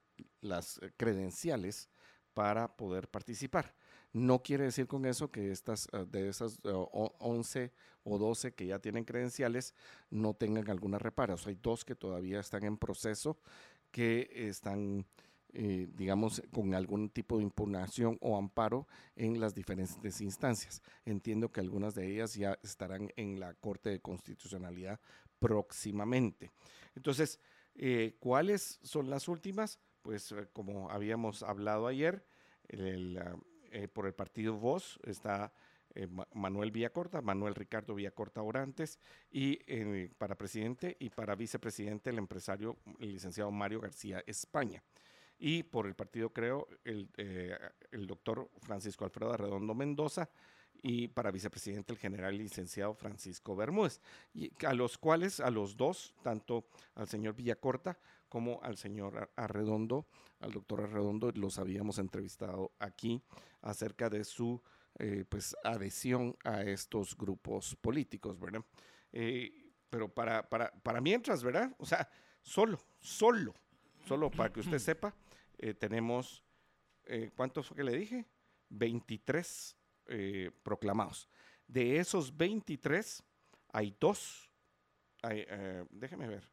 las credenciales para poder participar. No quiere decir con eso que estas, de esas uh, once o doce que ya tienen credenciales no tengan alguna reparación. O sea, hay dos que todavía están en proceso, que están, eh, digamos, con algún tipo de impugnación o amparo en las diferentes instancias. Entiendo que algunas de ellas ya estarán en la Corte de Constitucionalidad próximamente. Entonces, eh, ¿cuáles son las últimas? Pues eh, como habíamos hablado ayer, el, el uh, Eh, por el partido Voz está eh, Manuel Villacorta, Manuel Ricardo Villacorta Orantes, y eh, para presidente y para vicepresidente el empresario el licenciado Mario García España. Y por el partido Creo el, eh, el doctor Francisco Alfredo Arredondo Mendoza, y para vicepresidente el general licenciado Francisco Bermúdez, y a los cuales, a los dos, tanto al señor Villacorta como al señor Arredondo, al doctor Arredondo, los habíamos entrevistado aquí acerca de su eh, pues adhesión a estos grupos políticos, ¿verdad? Eh, pero para, para, para mientras, ¿verdad? O sea, solo, solo, solo para que usted sepa, eh, tenemos, eh, ¿cuántos fue que le dije? veintitrés eh, proclamados. De esos veintitrés, hay dos, hay, eh, déjeme ver,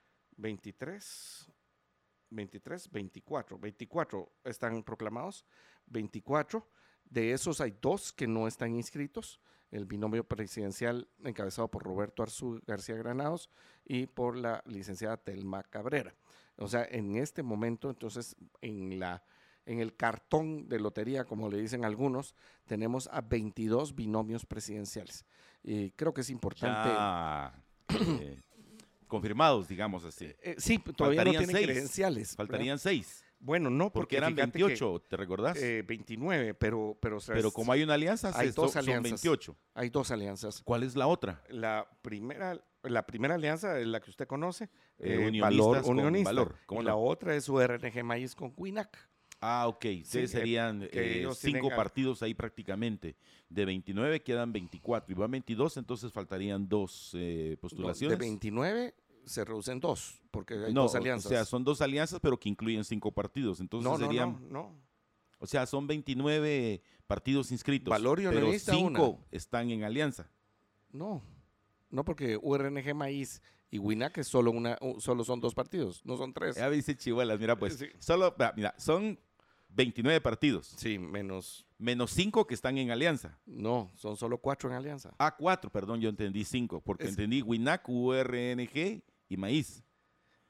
veintitrés, veintitrés, veinticuatro, veinticuatro están proclamados, veinticuatro, de esos hay dos que no están inscritos, el binomio presidencial encabezado por Roberto Arzú García Granados y por la licenciada Telma Cabrera. O sea, en este momento, entonces, en la en el cartón de lotería, como le dicen algunos, tenemos a veintidós binomios presidenciales. Y creo que es importante. Ya, eh, confirmados, digamos así. Eh, sí, todavía Faltarían no tienen seis. credenciales. Faltarían ¿verdad? seis. Bueno, no, porque, porque eran veintiocho, que, ¿te recordás? Eh, veintinueve, pero... Pero, o sea, pero como hay una alianza, hay dos son, alianzas, son veintiocho. Hay dos alianzas. ¿Cuál es la otra? La primera, la primera alianza es la que usted conoce, eh, eh, unionistas Valor con Unionista. Valor. ¿Cómo y no? la otra es U R N G Maíz con Cuinac. Ah, ok. Entonces Sí, serían eh, que eh, cinco tienen, partidos ahí prácticamente. De veintinueve quedan veinticuatro. Y van veintidós, entonces faltarían dos eh, postulaciones. De veintinueve se reducen dos, porque hay no, dos alianzas. O sea, son dos alianzas, pero que incluyen cinco partidos. Entonces no, no, serían... no, no. O sea, son veintinueve partidos inscritos. Valor y pero Unionista, cinco una. están en alianza. No, no, porque U R N G Maíz y Winac es solo, una, solo son dos partidos, no son tres. Ya dice Chihuahuas, mira pues, Sí. solo, mira, son veintinueve partidos. Sí, menos... Menos cinco que están en alianza. No, son solo cuatro en alianza. Ah, cuatro, perdón, yo entendí cinco, porque Es- entendí Winac, U R N G y Maíz.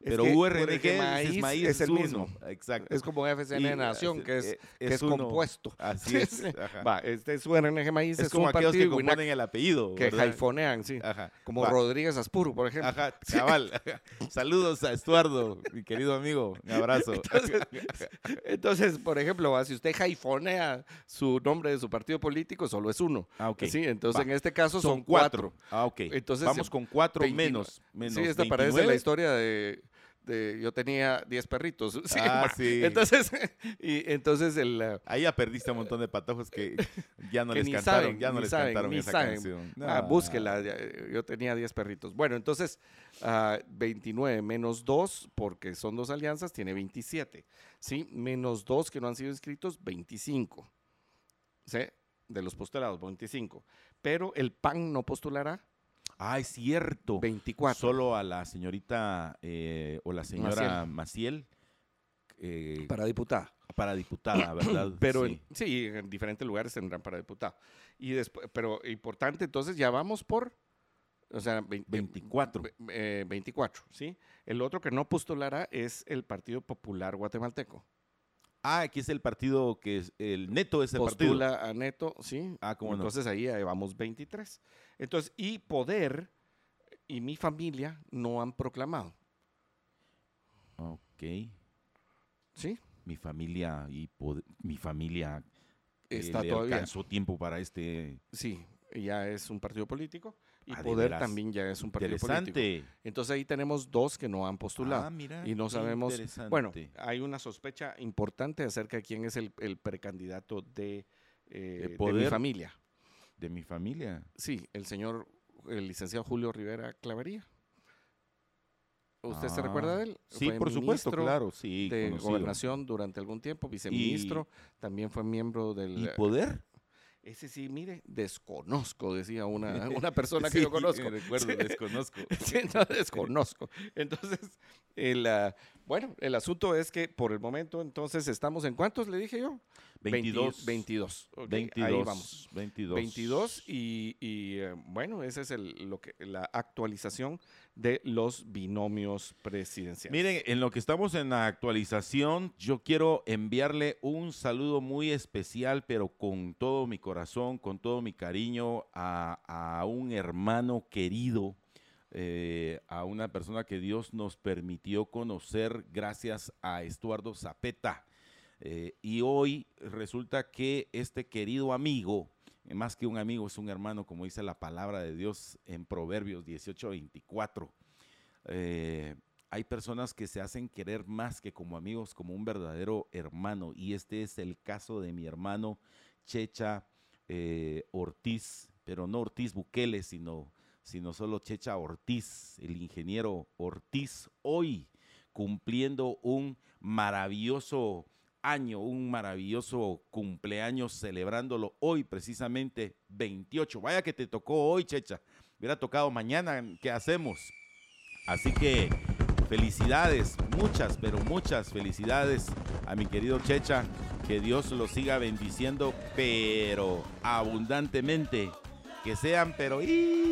Pero que U R N U R G G maíz es maíz, es el uno. mismo. Exacto. Es como F C N Y, Nación, es- que es, es- que es es uno. compuesto. Así es. Ajá. Va, este es U R N G Maíz, Es es, como un aquellos que partido Winac componen el apellido, que ¿verdad? jaifonean, sí. Ajá. Como Va. Rodríguez Aspuro, por ejemplo. Ajá, cabal. Saludos a Estuardo, mi querido amigo. Un abrazo. Entonces, entonces, por ejemplo, va, si usted jaifonea su nombre de su partido político, solo es uno. Ah, ok. Sí, entonces Va. en este caso son, Son cuatro. cuatro. Ah, ok. Entonces, Vamos con cuatro veintinueve. menos. menos Sí, esta parece veintinueve. la historia de, de yo tenía diez perritos. Sí, Ah, va. sí. Entonces, y entonces el uh, Ahí ya perdiste un montón de patojos que ya no que les ni cantaron, saben, ya no ni les saben, cantaron ni esa saben. canción. Ah, No. búsquela, ya, yo tenía diez perritos. Bueno, entonces ah, veintinueve menos dos, porque son dos alianzas, tiene veintisiete. ¿Sí? Menos dos que no han sido inscritos, veinticinco. ¿Sí? De los postulados, veinticinco. Pero el P A N no postulará, Ah, es cierto. veinticuatro. Solo a la señorita eh, o la señora Maciel, eh, Para diputada. para diputada, ¿verdad? Pero sí. en, sí, en diferentes lugares tendrán para diputado. Y después, pero importante, entonces ya vamos por, o sea, veinte, veinticuatro. eh, veinticuatro, ¿sí? El otro que no postulará es el Partido Popular Guatemalteco. Ah, aquí es el partido que es el Neto es el Postula partido. a Neto, ¿sí? Ah, cómo no. Entonces ahí ya vamos veintitrés. Entonces, y Poder y Mi Familia no han proclamado, Ok. ¿sí? Mi familia y pod- mi familia eh, Está le todavía. alcanzó tiempo para este Sí, ya es un partido político. Y Ah, ¿de Poder veras? también ya es un partido político. interesante. Entonces ahí tenemos dos que no han postulado. Ah, mira, y no qué sabemos, interesante. bueno, hay una sospecha importante acerca de quién es el, el precandidato de, eh, ¿De de Poder? Mi Familia. De mi familia. Sí, el señor, el licenciado Julio Rivera Clavería. ¿Usted se Ah, recuerda de él? Sí, Fue por supuesto, ministro claro, sí. de conocido. Gobernación durante algún tiempo, viceministro, también fue miembro del... ¿Y poder? Ese sí, mire, desconozco, decía una, una persona que Sí, yo conozco. recuerdo, Sí. desconozco. Sí, no, desconozco. Entonces, el, ah, bueno, el asunto es que por el momento, entonces, ¿estamos en cuántos, le dije yo? veintidós. veintidós. ok, veintidós. Ahí vamos. veintidós. veintidós y, y, eh, bueno, esa es el, lo que, la actualización de los binomios presidenciales. Miren, en lo que estamos en la actualización, yo quiero enviarle un saludo muy especial, pero con todo mi corazón, con todo mi cariño, a, a un hermano querido, eh, a una persona que Dios nos permitió conocer gracias a Estuardo Zapeta. Eh, y hoy resulta que este querido amigo, eh, más que un amigo, es un hermano, como dice la palabra de Dios en Proverbios dieciocho veinticuatro. Eh, hay personas que se hacen querer más que como amigos, como un verdadero hermano. Y este es el caso de mi hermano Checha eh, Ortiz, pero no Ortiz Bukele, sino, sino solo Checha Ortiz, el ingeniero Ortiz, hoy cumpliendo un maravilloso año, un maravilloso cumpleaños, celebrándolo hoy precisamente veintiocho. Vaya que te tocó hoy, Checha. Hubiera tocado mañana, ¿qué hacemos? Así que felicidades, muchas, pero muchas felicidades a mi querido Checha. Que Dios lo siga bendiciendo, pero abundantemente. Que sean, pero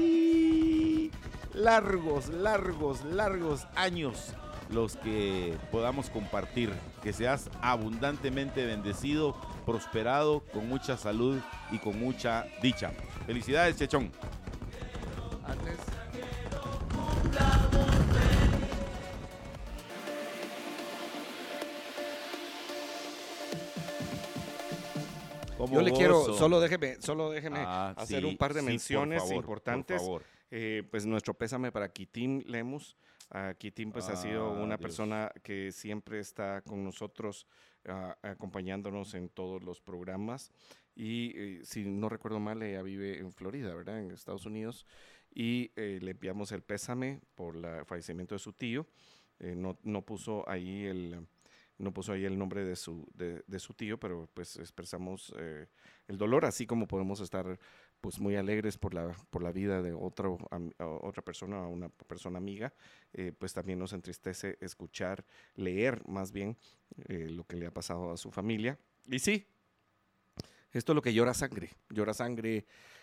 y largos, largos, largos años los que podamos compartir. Que seas abundantemente bendecido, prosperado, con mucha salud y con mucha dicha. Felicidades, Chechón. Antes, Como yo le quiero, gozo. solo déjeme, solo déjeme Ah, hacer sí, un par de sí, por menciones favor, por importantes. favor. Eh, pues nuestro pésame para Quitín Lemus. Uh, Quitín pues ha sido Ah, una Dios. persona que siempre está con nosotros, uh, acompañándonos en todos los programas. Y eh, si no recuerdo mal, ella vive en Florida, ¿verdad? En Estados Unidos. Y eh, le enviamos el pésame por el fallecimiento de su tío. Eh, no, no puso ahí el... No puso ahí el nombre de su, de, de su tío, pero pues expresamos eh, el dolor, así como podemos estar pues muy alegres por la, por la vida de otro, am, otra persona, una persona amiga, eh, pues también nos entristece escuchar, leer más bien eh, lo que le ha pasado a su familia. Y sí, esto es lo que llora sangre, llora sangre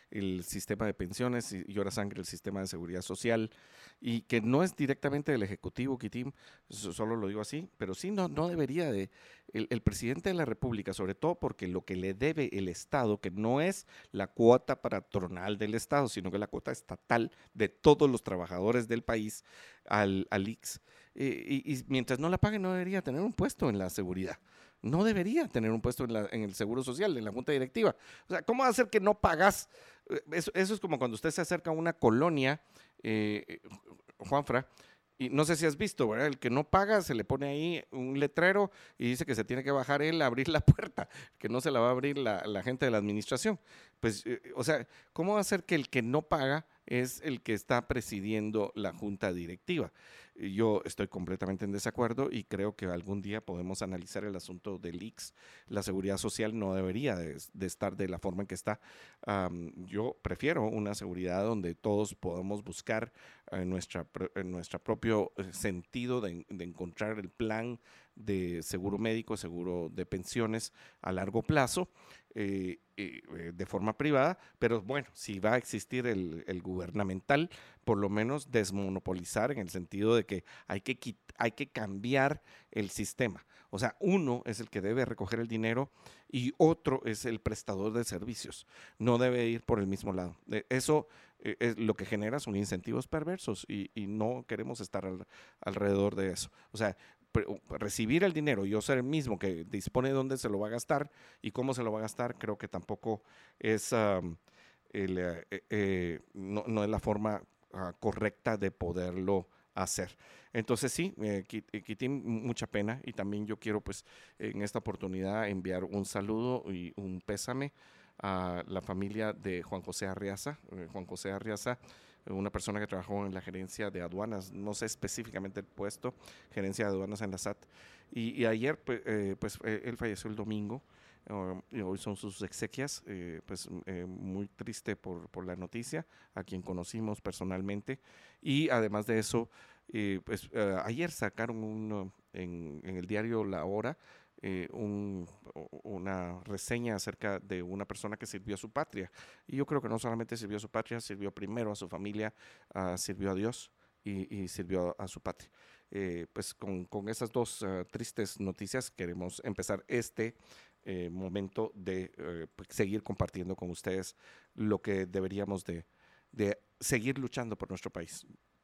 el sistema de pensiones y llora sangre el sistema de seguridad social, y que no es directamente del Ejecutivo, Kitim, solo lo digo así, pero sí no, no debería de, el, el presidente de la República, sobre todo porque lo que le debe el Estado, que no es la cuota patronal del Estado, sino que la cuota estatal de todos los trabajadores del país al, al I C S, eh, y, y mientras no la pague no debería tener un puesto en la seguridad. No debería tener un puesto en, la, en el Seguro Social, en la Junta Directiva. O sea, ¿cómo va a ser que no pagas? Eso, eso es como cuando usted se acerca a una colonia, eh, Juanfra, y no sé si has visto, ¿verdad? El que no paga se le pone ahí un letrero y dice que se tiene que bajar él a abrir la puerta, que no se la va a abrir la, la gente de la administración. Pues, eh, o sea, ¿cómo va a ser que el que no paga es el que está presidiendo la junta directiva? Yo estoy completamente en desacuerdo y creo que algún día podemos analizar el asunto del I C S. La seguridad social no debería de, de estar de la forma en que está. Um, yo prefiero una seguridad donde todos podamos buscar eh, nuestra, en nuestro propio sentido de, de encontrar el plan de seguro médico, seguro de pensiones a largo plazo, eh, eh, de forma privada, pero bueno, si va a existir el, el gubernamental, por lo menos desmonopolizar en el sentido de que hay que, hay que cambiar el sistema. O sea, uno es el que debe recoger el dinero y otro es el prestador de servicios. No debe ir por el mismo lado. Eso eh, es lo que genera son incentivos perversos y, y no queremos estar al, alrededor de eso. O sea, recibir el dinero y yo ser el mismo que dispone de dónde se lo va a gastar y cómo se lo va a gastar, creo que tampoco es, um, el, eh, eh, no, no es la forma uh, correcta de poderlo hacer. Entonces sí, eh, Kitim, mucha pena, y también yo quiero pues en esta oportunidad enviar un saludo y un pésame a la familia de Juan José Arriaza. Eh, Juan José Arriaza, una persona que trabajó en la gerencia de aduanas, no sé específicamente el puesto, gerencia de aduanas en la S A T, y, y ayer pues, eh, pues eh, él falleció el domingo, uh, y hoy son sus exequias, eh, pues eh, muy triste por, por la noticia, a quien conocimos personalmente, y además de eso, eh, pues uh, ayer sacaron un, en, en el diario La Hora, Eh, un, una reseña acerca de una persona que sirvió a su patria, y yo creo que no solamente sirvió a su patria, sirvió primero a su familia, uh, sirvió a Dios y, y sirvió a, a su patria. Eh, pues con, con esas dos uh, tristes noticias queremos empezar este eh, momento de eh, pues seguir compartiendo con ustedes lo que deberíamos de, de seguir luchando por nuestro país.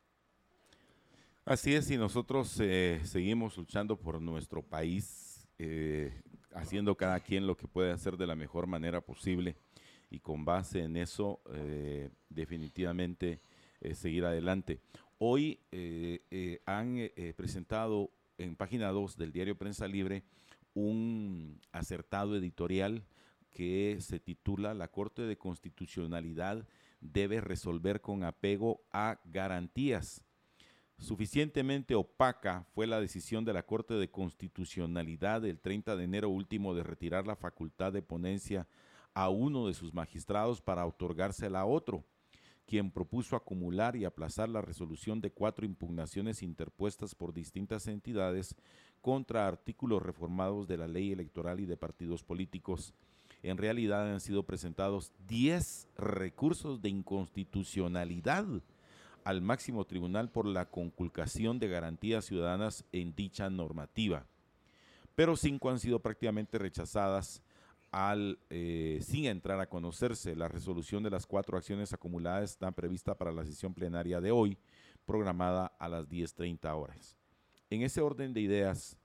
Así es, y nosotros eh, seguimos luchando por nuestro país, Eh, haciendo cada quien lo que puede hacer de la mejor manera posible, y con base en eso eh, definitivamente eh, seguir adelante. Hoy eh, eh, han eh, presentado en página dos del diario Prensa Libre un acertado editorial que se titula "La Corte de Constitucionalidad debe resolver con apego a garantías". Suficientemente opaca fue la decisión de la Corte de Constitucionalidad del treinta de enero último de retirar la facultad de ponencia a uno de sus magistrados para otorgársela a otro, quien propuso acumular y aplazar la resolución de cuatro impugnaciones interpuestas por distintas entidades contra artículos reformados de la ley electoral y de partidos políticos. En realidad han sido presentados diez recursos de inconstitucionalidad al máximo tribunal por la conculcación de garantías ciudadanas en dicha normativa, pero cinco han sido prácticamente rechazadas al, eh, sin entrar a conocerse. La resolución de las cuatro acciones acumuladas está prevista para la sesión plenaria de hoy, programada a las diez treinta horas. En ese orden de ideas,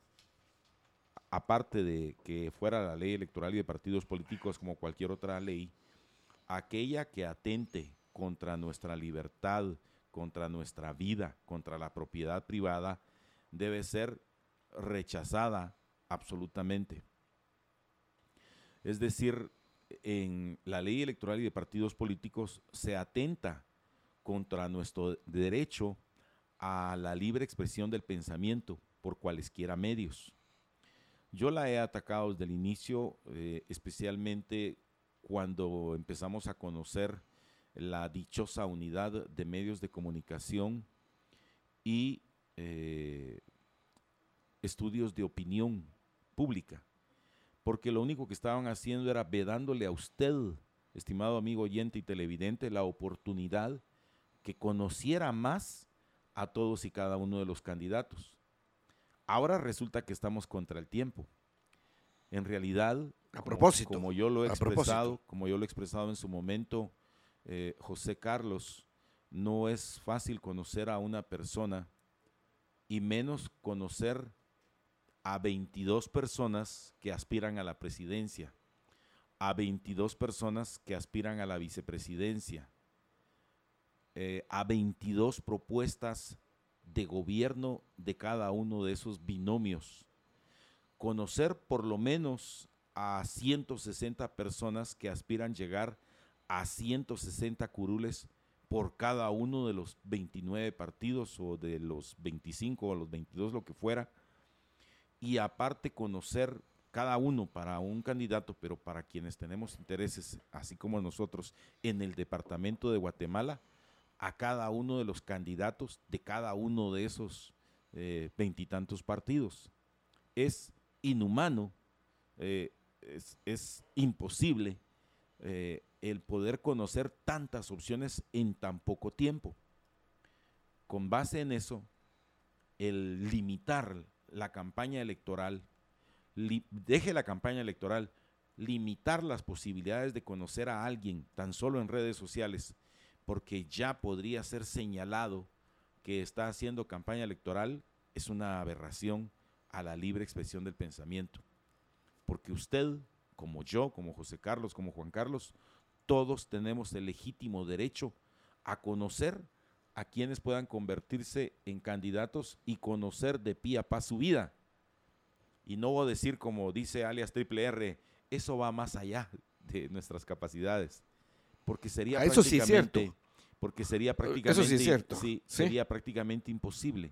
aparte de que fuera la ley electoral y de partidos políticos como cualquier otra ley, aquella que atente contra nuestra libertad, contra nuestra vida, contra la propiedad privada, debe ser rechazada absolutamente. Es decir, en la ley electoral y de partidos políticos se atenta contra nuestro derecho a la libre expresión del pensamiento por cualesquiera medios. Yo la he atacado desde el inicio, eh, especialmente cuando empezamos a conocer la dichosa unidad de medios de comunicación y eh, estudios de opinión pública, porque lo único que estaban haciendo era vedándole a usted estimado amigo oyente y televidente, la oportunidad que conociera más a todos y cada uno de los candidatos. Ahora resulta que estamos contra el tiempo. En realidad, a como, propósito, como yo lo he a expresado, propósito. como yo lo he expresado en su momento, eh, José Carlos, no es fácil conocer a una persona y menos conocer a veintidós personas que aspiran a la presidencia, a veintidós personas que aspiran a la vicepresidencia, eh, a veintidós propuestas de gobierno de cada uno de esos binomios. Conocer por lo menos a ciento sesenta personas que aspiran llegar a ciento sesenta curules por cada uno de los veintinueve partidos o de los veinticinco o los veintidós, lo que fuera, y aparte conocer cada uno para un candidato, pero para quienes tenemos intereses, así como nosotros, en el departamento de Guatemala, a cada uno de los candidatos de cada uno de esos veintitantos eh, partidos. Es inhumano, eh, es, es imposible eh, el poder conocer tantas opciones en tan poco tiempo. Con base en eso, el limitar la campaña electoral, li, deje la campaña electoral, limitar las posibilidades de conocer a alguien tan solo en redes sociales, porque ya podría ser señalado que está haciendo campaña electoral, es una aberración a la libre expresión del pensamiento. Porque usted, como yo, como José Carlos, como Juan Carlos, todos tenemos el legítimo derecho a conocer a quienes puedan convertirse en candidatos y conocer de pie a pa su vida. Y no voy a decir, como dice alias Triple R, eso va más allá de nuestras capacidades. Porque sería ah, eso sí es cierto. Porque sería prácticamente, eso sí es cierto. Sí, ¿Sí? sería prácticamente imposible.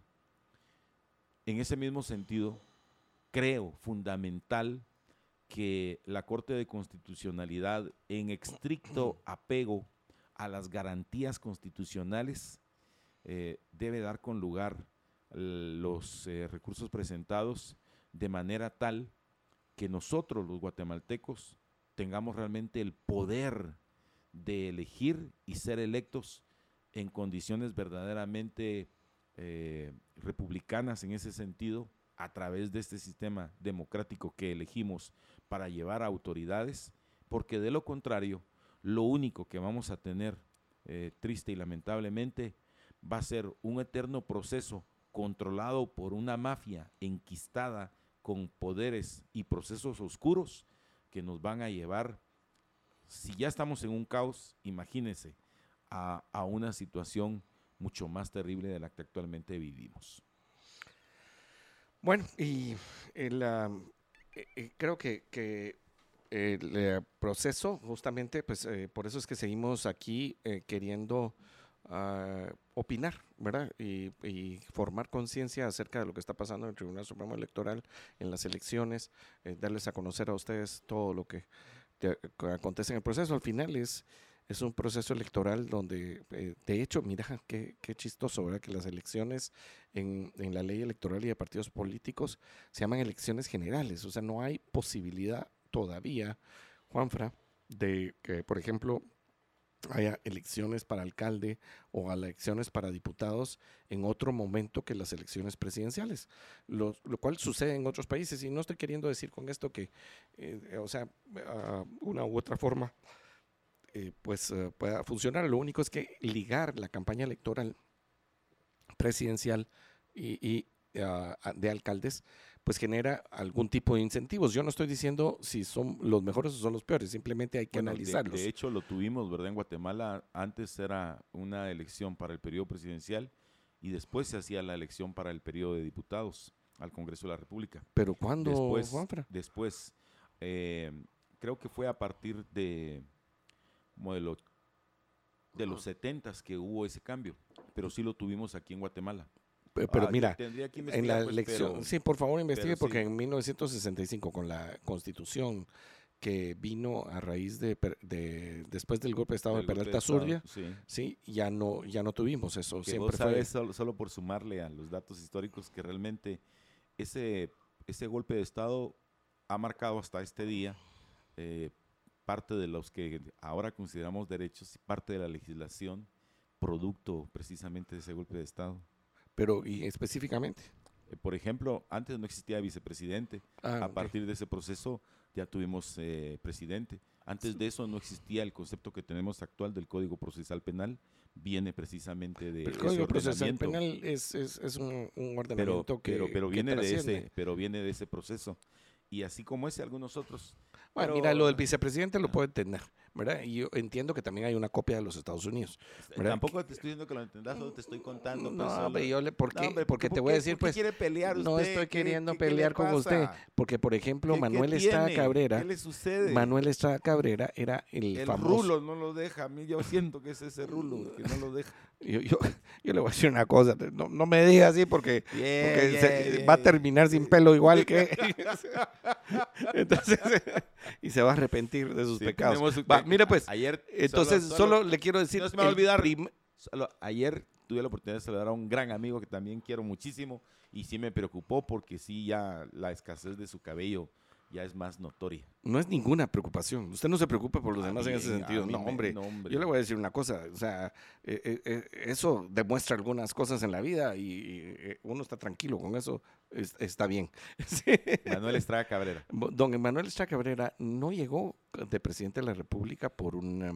En ese mismo sentido, creo fundamental que la Corte de Constitucionalidad, en estricto apego a las garantías constitucionales, eh, debe dar con lugar los eh, recursos presentados de manera tal que nosotros, los guatemaltecos, tengamos realmente el poder de elegir y ser electos en condiciones verdaderamente eh, republicanas en ese sentido, a través de este sistema democrático que elegimos para llevar a autoridades, porque de lo contrario, lo único que vamos a tener, eh, triste y lamentablemente, va a ser un eterno proceso controlado por una mafia enquistada con poderes y procesos oscuros que nos van a llevar, si ya estamos en un caos, imagínense, a, a una situación mucho más terrible de la que actualmente vivimos. Bueno, y el, uh, eh, creo que, que el eh, proceso, justamente, pues eh, por eso es que seguimos aquí eh, queriendo uh, opinar, ¿verdad? Y, y formar conciencia acerca de lo que está pasando en el Tribunal Supremo Electoral, en las elecciones, eh, darles a conocer a ustedes todo lo que, te, que acontece en el proceso. Al final es... Es un proceso electoral donde, eh, de hecho, mira, qué, qué chistoso, ¿verdad? Que las elecciones en, en la ley electoral y de partidos políticos se llaman elecciones generales. O sea, no hay posibilidad todavía, Juanfra, de que, por ejemplo, haya elecciones para alcalde o elecciones para diputados en otro momento que las elecciones presidenciales, lo, lo cual sucede en otros países. Y no estoy queriendo decir con esto que, eh, o sea, uh, una u otra forma... Eh, pues uh, pueda funcionar. Lo único es que ligar la campaña electoral presidencial y, y uh, de alcaldes pues genera algún tipo de incentivos. Yo no estoy diciendo si son los mejores o son los peores, simplemente hay que bueno, analizarlos. De, de hecho lo tuvimos, ¿verdad? En Guatemala antes era una elección para el periodo presidencial y después se hacía la elección para el periodo de diputados al Congreso de la República. ¿Pero cuándo, después, Juanfra? Después, eh, creo que fue a partir de como de, lo, de los setentas que hubo ese cambio, pero sí lo tuvimos aquí en Guatemala. Pero, pero ah, mira, en la pues, elección, pero, sí, por favor investigue, porque sí. en mil novecientos sesenta y cinco, con la Constitución que vino a raíz de, de después del golpe de Estado de Peralta Zurdia, sí. sí, ya no ya no tuvimos eso. Que siempre vos sabes, fue solo, solo por sumarle a los datos históricos que realmente ese, ese golpe de Estado ha marcado hasta este día eh, parte de los que ahora consideramos derechos, parte de la legislación, producto precisamente de ese golpe de Estado. Pero, ¿y específicamente? Eh, por ejemplo, antes no existía vicepresidente. Ah, a okay. partir de ese proceso ya tuvimos eh, presidente. Antes de eso no existía el concepto que tenemos actual del Código Procesal Penal. Viene precisamente de el ese Código Procesal ordenamiento. Penal es, es, es un, un pero, ordenamiento que, pero, pero que viene de trasciende. ese, pero viene de ese proceso. Y así como ese, algunos otros. Bueno, pero, mira, lo del vicepresidente lo puedo entender, ¿verdad? Y yo entiendo que también hay una copia de los Estados Unidos, ¿verdad? Tampoco te estoy diciendo que lo entendas, solo te estoy contando. No, pues, hombre, solo- yo le, ¿por No, qué? hombre, porque ¿por te qué- voy a decir, por qué pues, quiere pelear no usted? estoy ¿Qué- queriendo qué- qué le pelear con pasa? usted, porque, por ejemplo, ¿Qué- qué Manuel Estrada tiene? Cabrera, ¿Qué le sucede? Manuel Estrada Cabrera era el, El famoso. rulo no lo deja. A mí yo siento que es ese rulo que no lo deja. Yo, yo, yo le voy a decir una cosa, no, no me diga así porque, Bien, porque bien, se- bien, va a bien. terminar sin pelo igual que... Entonces, y se va a arrepentir de sus Sí, pecados. tenemos un- Va, mire pues, Ayer, entonces solo, le quiero decir... no se me va a el olvidar. prim- Solo ayer tuve la oportunidad de saludar a un gran amigo que también quiero muchísimo y sí me preocupó porque sí ya la escasez de su cabello ya es más notoria. No es ninguna preocupación. Usted no se preocupe por los A demás mí- en ese a sentido. mí No, me- hombre. no, hombre. Yo le voy a decir una cosa. O sea, eh, eh, eh, eso demuestra algunas cosas en la vida y, y, eh, uno está tranquilo con eso. es- está bien. Sí. Manuel Estrada Cabrera. Bo- Don Emanuel Estrada Cabrera no llegó de presidente de la República por una,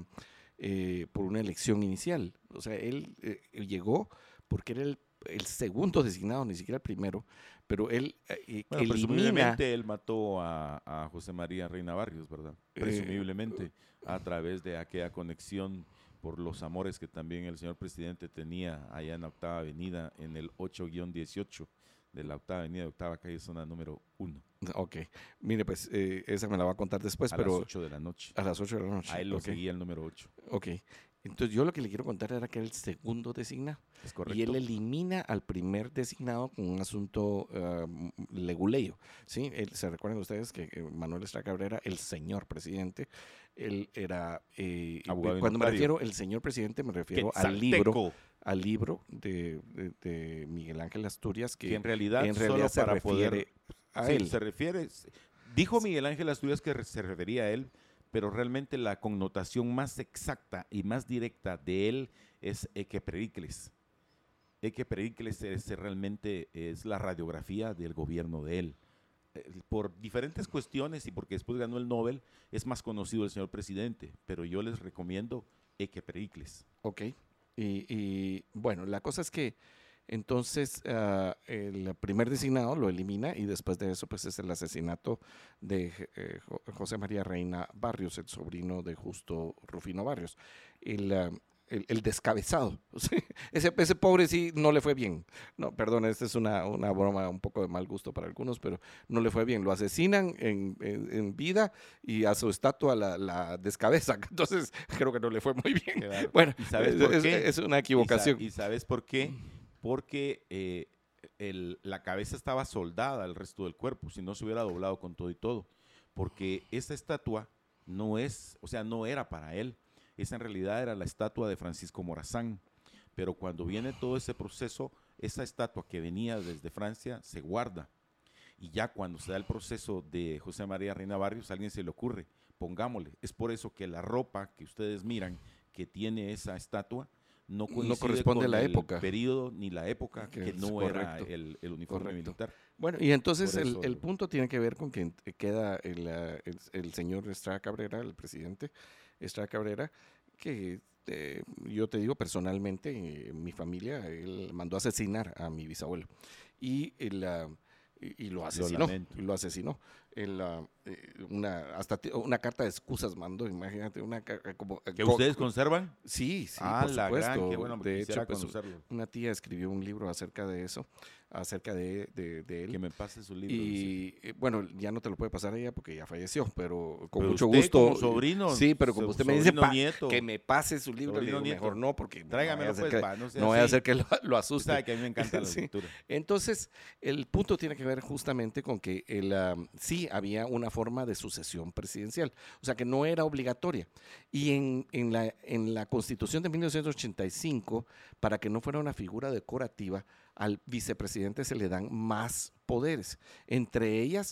eh, por una elección inicial. O sea, él eh, llegó porque era el, el segundo designado, ni siquiera el primero, pero él eh, Bueno, elimina... presumiblemente él mató a, a José María Reina Barrios, ¿verdad? Eh, Presumiblemente a través de aquella conexión por los amores que también el señor presidente tenía allá en la Octava Avenida, en el ocho guión dieciocho de la Octava Avenida de Octava Calle, zona número uno, Ok, mire, pues eh, esa me la va a contar después, a pero las ocho de la noche. a las ocho de la noche. A él lo ok, seguía el número ocho. ok. Entonces yo lo que le quiero contar era que era el segundo designado. ¿Es correcto? Y él elimina al primer designado con un asunto uh, leguleyo. ¿Sí? Él, ¿se recuerdan ustedes que eh, Manuel Estrada Cabrera, el señor presidente, él era... eh, Abogado y cuando me notario. refiero el señor presidente, me refiero al libro, Quetzalteco, al libro de, de- de Miguel Ángel Asturias, que que en realidad, en solo realidad se para refiere poder, a sí, él. se refiere, dijo Miguel Ángel Asturias que re- se refería a él, pero realmente la connotación más exacta y más directa de él es Eque Pericles. Eque Pericles es, realmente es la radiografía del gobierno de él. Eh, Por diferentes cuestiones y porque después ganó el Nobel, es más conocido el señor presidente, pero yo les recomiendo Eque Pericles. Ok. Y, y, bueno, la cosa es que entonces ah, el primer designado lo elimina y después de eso pues es el asesinato de eh, Jo- José María Reina Barrios, el sobrino de Justo Rufino Barrios. El, ah, el, el descabezado. O sea, ese, ese pobre sí no le fue bien. No, perdón, esta es una, una broma un poco de mal gusto para algunos, pero no le fue bien. Lo asesinan en, en, en vida y a su estatua la, la descabezan. Entonces creo que no le fue muy bien. Claro. Bueno, ¿Y sabes es, por es- qué? es una ¿Y sa- equivocación. ¿Y, sabes por qué? Porque eh, el- la cabeza estaba soldada al resto del cuerpo, si no se hubiera doblado con todo y todo. Porque esa estatua no es, o sea, no era para él. Esa en realidad era la estatua de Francisco Morazán. Pero cuando viene todo ese proceso, esa estatua que venía desde Francia se guarda. Y ya cuando se da el proceso de José María Reina Barrios, a alguien se le ocurre, pongámosle. Es por eso que la ropa que ustedes miran que tiene esa estatua no coincide corresponde con a la el época. periodo ni la época Que que, es no era correcto, el, el uniforme correcto. militar. Bueno, y entonces Por el, eso- el punto tiene que ver con que ent- queda el, ah, el, el señor Estrada Cabrera, el presidente Estrada Cabrera, que eh, yo te digo personalmente, eh, mi familia, él mandó a asesinar a mi bisabuelo. Y, el, ah, y, y lo asesinó. lamento. y lo asesinó. El, ah, eh, una, hasta ti- una carta de excusas mandó, imagínate, una ca- como... ¿Que co- ustedes conservan? Sí, sí, ah, por la supuesto. gran, qué bueno, de quisiera hecho, pues, conocerlo. una tía escribió un libro acerca de eso, acerca de, de, de él. Que me pase su libro. dice. Y eh, bueno, ya no te lo puede pasar a ella porque ya falleció, pero con Pero mucho usted gusto. como sobrino, Sí, pero como so- usted me dice sobrino pa- nieto. que me pase su libro, le Sobrino digo, nieto. mejor no, porque Tráigamelo, no vaya a pues, ser que, pa, no sea no vaya a así. ser que lo, lo Usted asuste. sabe que a mí me encanta la Sí. lectura. Entonces, el punto tiene que ver justamente con que el, ah, sí había una forma de sucesión presidencial, o sea que no era obligatoria. Y en, en, la, en la Constitución de mil novecientos ochenta y cinco, para que no fuera una figura decorativa, al vicepresidente se le dan más poderes. Entre ellas,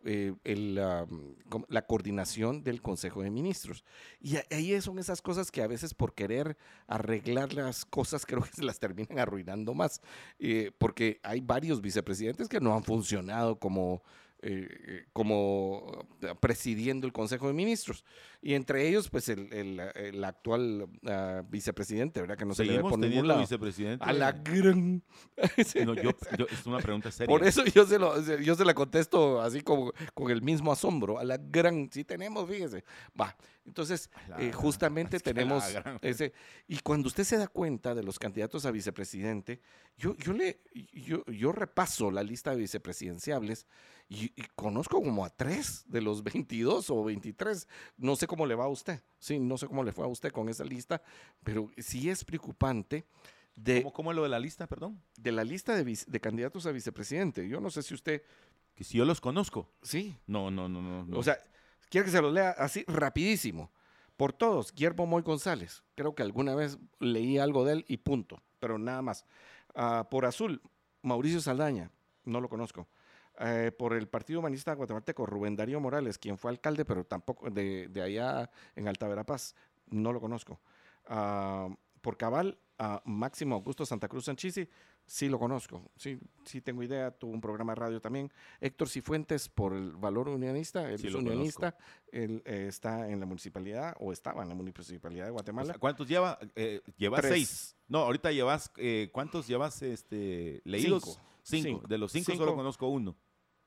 eh, el, uh, la coordinación del Consejo de Ministros. Y ahí son esas cosas que a veces por querer arreglar las cosas creo que se las terminan arruinando más, eh, porque hay varios vicepresidentes que no han funcionado como... Eh, como presidiendo el Consejo de Ministros, y entre ellos pues el, el, el actual uh, vicepresidente, ¿verdad? Que no se le ve por ningún lado. Vicepresidente. A la gran... No, yo, yo, es una pregunta seria. Por eso yo se, lo, yo se la contesto así como con el mismo asombro, a la gran, sí tenemos, fíjese. Va, entonces la, eh, justamente es que tenemos ese, y cuando usted se da cuenta de los candidatos a vicepresidente, yo, yo, le, yo, yo repaso la lista de vicepresidenciables y, y conozco como a tres de los veintidós o veintitrés, no sé cómo le va a usted, sí, no sé cómo le fue a usted con esa lista, pero sí es preocupante. De, ¿Cómo, ¿Cómo es lo de la lista, perdón? De la lista de, vice, de candidatos a vicepresidente. Yo no sé si usted... Que si yo los conozco. Sí. No, no, no, no. no. O sea, quiero que se los lea así rapidísimo. Por todos, Guillermo Moy González. Creo que alguna vez leí algo de él y punto, pero nada más. Uh, por Azul, Mauricio Saldaña. No lo conozco. Uh, por el Partido Humanista Guatemalteco, Rubén Darío Morales, quien fue alcalde, pero tampoco de, de allá en Alta Verapaz. No lo conozco. Uh, por Cabal, a Máximo Augusto Santa Cruz Sanchisi, sí lo conozco, sí, sí tengo idea, tuvo un programa de radio también. Héctor Cifuentes por el Valor Unionista, él sí es unionista, él eh, está en la municipalidad, o estaba en la municipalidad de Guatemala. O sea, ¿cuántos lleva? Eh, ¿Llevas Tres. seis? No, ahorita llevas, eh, ¿cuántos llevas este, leídos? Cinco. Cinco. Cinco. De los cinco, cinco solo conozco uno.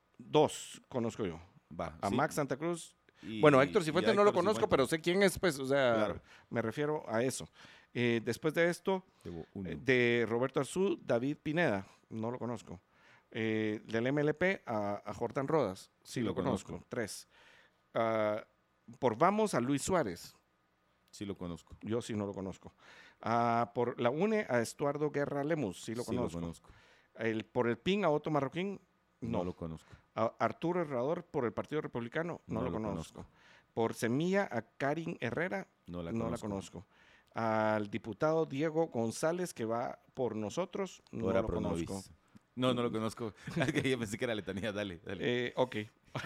Dos conozco yo. Va, a sí. Max Santa Cruz. Y, bueno, Héctor Cifuentes no lo conozco, Cifuentes. pero sé quién es, pues, o sea, claro. Me refiero a eso. Eh, después de esto, eh, de Roberto Arzú, David Pineda, no lo conozco. Eh, del M L P a, a Jordan Rodas, sí, sí lo, lo conozco. conozco, tres. Uh, por Vamos a Luis Suárez. Sí lo conozco. Yo sí no lo conozco. Uh, por la UNE a Estuardo Guerra Lemus, sí lo sí conozco. Lo conozco. El, por el P I N a Otto Marroquín, no. No lo conozco. A Arturo Herrador por el Partido Republicano, no, no lo, lo conozco. conozco. Por Semilla a Karin Herrera, no la no conozco. La conozco. Al diputado Diego González, que va por nosotros, no Ahora lo Pronovis. conozco. No, no lo conozco. Yo pensé que era letanía, dale. dale. Eh, ok.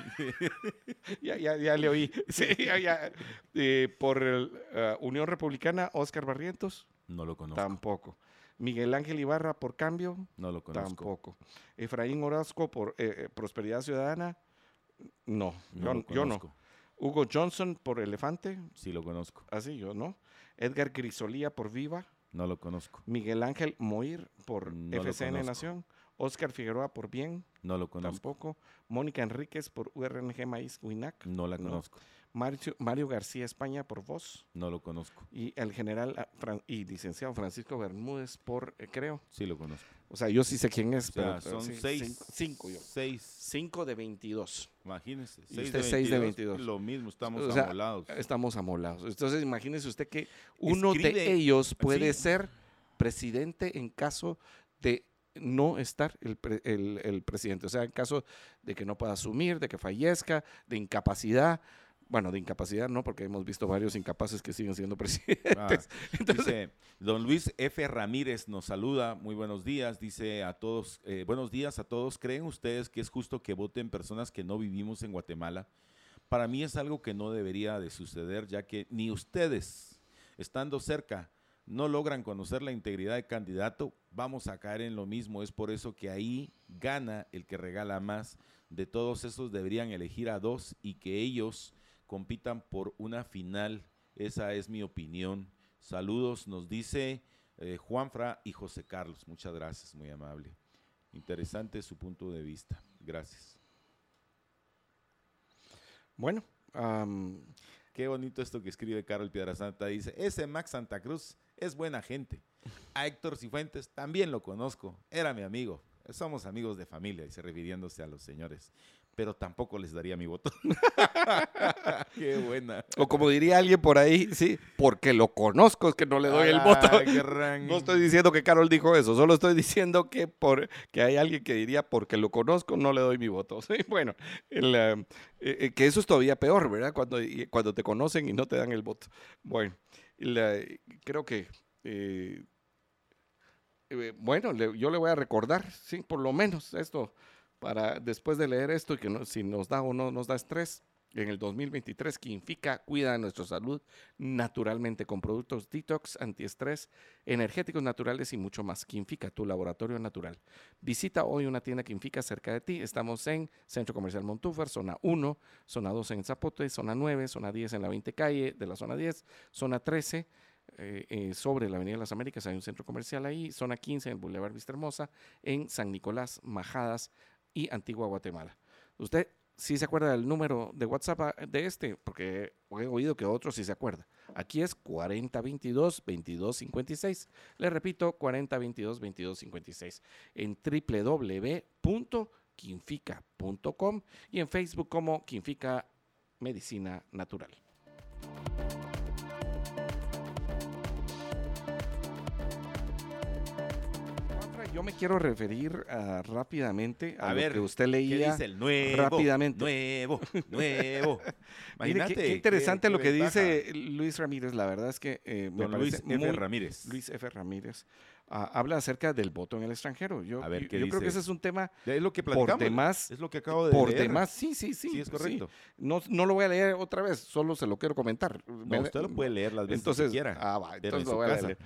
ya, ya, ya le oí. Sí, ya, ya. Eh, por el, uh, Unión Republicana, Óscar Barrientos. No lo conozco. Tampoco. Miguel Ángel Ibarra por Cambio. No lo conozco. Tampoco. Efraín Orozco por eh, Prosperidad Ciudadana. No, no yo, yo no. Hugo Johnson por Elefante. Sí lo conozco. Así yo, ¿no? Edgar Grisolía por Viva. No lo conozco. Miguel Ángel Moir por no F C N Nación. Óscar Figueroa por Bien. No lo conozco. Tampoco. Mónica Enríquez por U R N G Maíz Huinac. No la conozco. No. Mario, Mario García España por Voz. No lo conozco. Y el general Fran, y licenciado Francisco Bermúdez por eh, Creo. Sí lo conozco. O sea, yo sí sé quién es, o sea, pero son sí, seis. Cinco, cinco yo. Seis. Cinco de veintidós. Imagínese. Y usted seis de veintidós. Lo mismo, estamos o sea, amolados. Estamos amolados. Entonces, imagínese usted que uno Escribe, de ellos puede sí. ser presidente en caso de no estar el, pre, el, el presidente. O sea, en caso de que no pueda asumir, de que fallezca, de incapacidad. Bueno, de incapacidad no, porque hemos visto varios incapaces que siguen siendo presidentes. Ah, Entonces, dice, don Luis F. Ramírez nos saluda, muy buenos días, dice a todos, eh, buenos días a todos, ¿creen ustedes que es justo que voten personas que no vivimos en Guatemala? Para mí es algo que no debería de suceder, ya que ni ustedes, estando cerca, no logran conocer la integridad del candidato, vamos a caer en lo mismo, es por eso que ahí gana el que regala más. De todos esos deberían elegir a dos y que ellos compitan por una final, esa es mi opinión. Saludos, nos dice eh, Juanfra y José Carlos, muchas gracias, muy amable. Interesante su punto de vista, gracias. Bueno, um, qué bonito esto que escribe Carol Piedrasanta, dice, ese Max Santa Cruz es buena gente. A Héctor Cifuentes también lo conozco, era mi amigo, somos amigos de familia, dice refiriéndose a los señores. Pero tampoco les daría mi voto. Qué buena. O como diría alguien por ahí, sí, porque lo conozco es que no le doy el voto. No estoy diciendo que Carol dijo eso, solo estoy diciendo que por que hay alguien que diría porque lo conozco no le doy mi voto. Sí, bueno, el, uh, eh, que eso es todavía peor, ¿verdad? Cuando, cuando te conocen y no te dan el voto. Bueno, el, uh, creo que... Eh, eh, bueno, le, yo le voy a recordar, sí, por lo menos esto... para después de leer esto y que no, si nos da o no nos da estrés. En el dos mil veintitrés, Quinfica cuida de nuestra salud naturalmente con productos detox, antiestrés, energéticos naturales y mucho más. Quinfica, tu laboratorio natural. Visita hoy una tienda Quinfica cerca de ti. Estamos en Centro Comercial Montúfar, zona uno, zona dos en Zapote, zona nueve, zona diez en la veinte calle de la zona diez, zona trece eh, eh, sobre la Avenida de las Américas, hay un centro comercial ahí, zona quince en el Boulevard Vista Hermosa, en San Nicolás, Majadas y Antigua Guatemala. Usted sí se acuerda del número de WhatsApp de este, porque he oído que otros sí se acuerda. Aquí es cuarenta veintidós veintidós cincuenta y seis. Le repito, cuarenta veintidós veintidós cincuenta y seis. En doble u doble u doble u punto quinfica punto com y en Facebook como Quinfica Medicina Natural. Yo me quiero referir uh, rápidamente a, a lo ver, que usted leía. ¿Qué dice el nuevo? Rápidamente. Nuevo, nuevo. Mire, qué, qué interesante qué, lo qué que ventaja. dice Luis Ramírez. La verdad es que eh, me Don Luis parece F. muy, Ramírez. Luis F. Ramírez. Uh, habla acerca del voto en el extranjero. Yo, a ver, ¿qué yo dice? creo que ese es un tema es lo que platicamos, por demás. Es lo que acabo de por leer. demás, sí, sí, sí. Sí, es correcto. Sí. No, no lo voy a leer otra vez, solo se lo quiero comentar. No, usted lo puede leer las veces entonces, que quiera. Ah, va, entonces lo voy a leer.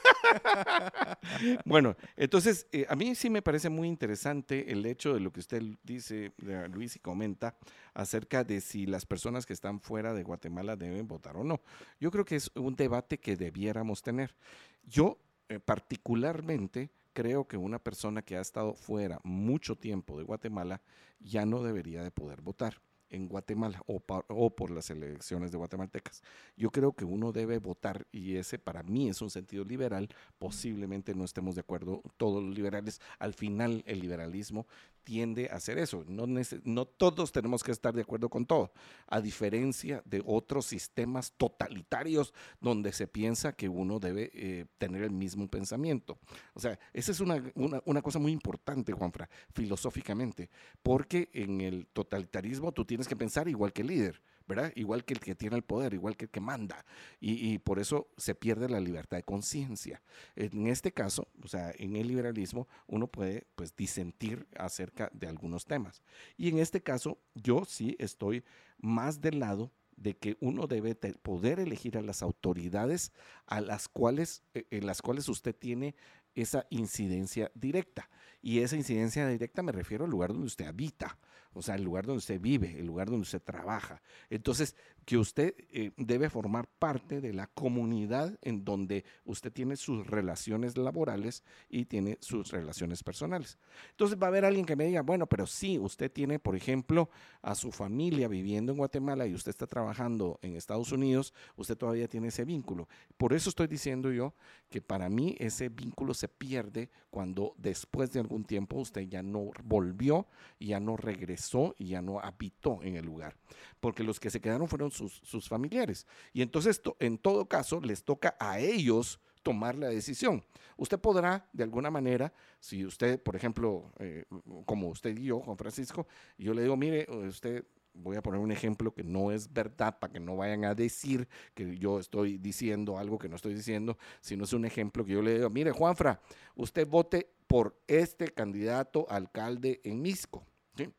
Bueno, entonces, eh, a mí sí me parece muy interesante el hecho de lo que usted dice, Luis, y comenta acerca de si las personas que están fuera de Guatemala deben votar o no. Yo creo que es un debate que debiéramos tener. Yo, eh, particularmente, creo que una persona que ha estado fuera mucho tiempo de Guatemala ya no debería de poder votar en Guatemala o, pa, o por las elecciones de guatemaltecas. Yo creo que uno debe votar y ese para mí es un sentido liberal. Posiblemente no estemos de acuerdo todos los liberales. Al final el liberalismo tiende a hacer eso. No, no todos tenemos que estar de acuerdo con todo, a diferencia de otros sistemas totalitarios donde se piensa que uno debe eh, tener el mismo pensamiento. O sea, esa es una, una, una cosa muy importante, Juanfra, filosóficamente, porque en el totalitarismo tú tienes que pensar igual que el líder, ¿verdad? Igual que el que tiene el poder, igual que el que manda, y, y por eso se pierde la libertad de conciencia. En este caso, o sea, en el liberalismo uno puede pues disentir acerca de algunos temas, y en este caso yo sí estoy más del lado de que uno debe poder elegir a las autoridades a las cuales, en las cuales usted tiene esa incidencia directa, y esa incidencia directa me refiero al lugar donde usted habita, o sea, el lugar donde usted vive, el lugar donde usted trabaja. Entonces, que usted eh, debe formar parte de la comunidad en donde usted tiene sus relaciones laborales y tiene sus relaciones personales. Entonces, va a haber alguien que me diga, bueno, pero sí, usted tiene, por ejemplo, a su familia viviendo en Guatemala y usted está trabajando en Estados Unidos, usted todavía tiene ese vínculo. Por eso estoy diciendo yo que para mí ese vínculo se pierde cuando después de algún tiempo usted ya no volvió, ya no regresó y ya no habitó en el lugar, porque los que se quedaron fueron sus, sus familiares, y entonces to, en todo caso les toca a ellos tomar la decisión. Usted podrá de alguna manera, si usted, por ejemplo, eh, como usted y yo, Juan Francisco, yo le digo, mire, usted, voy a poner un ejemplo que no es verdad para que no vayan a decir que yo estoy diciendo algo que no estoy diciendo, sino es un ejemplo que yo le digo, mire, Juanfra, usted vote por este candidato a alcalde en Misco, ¿sí?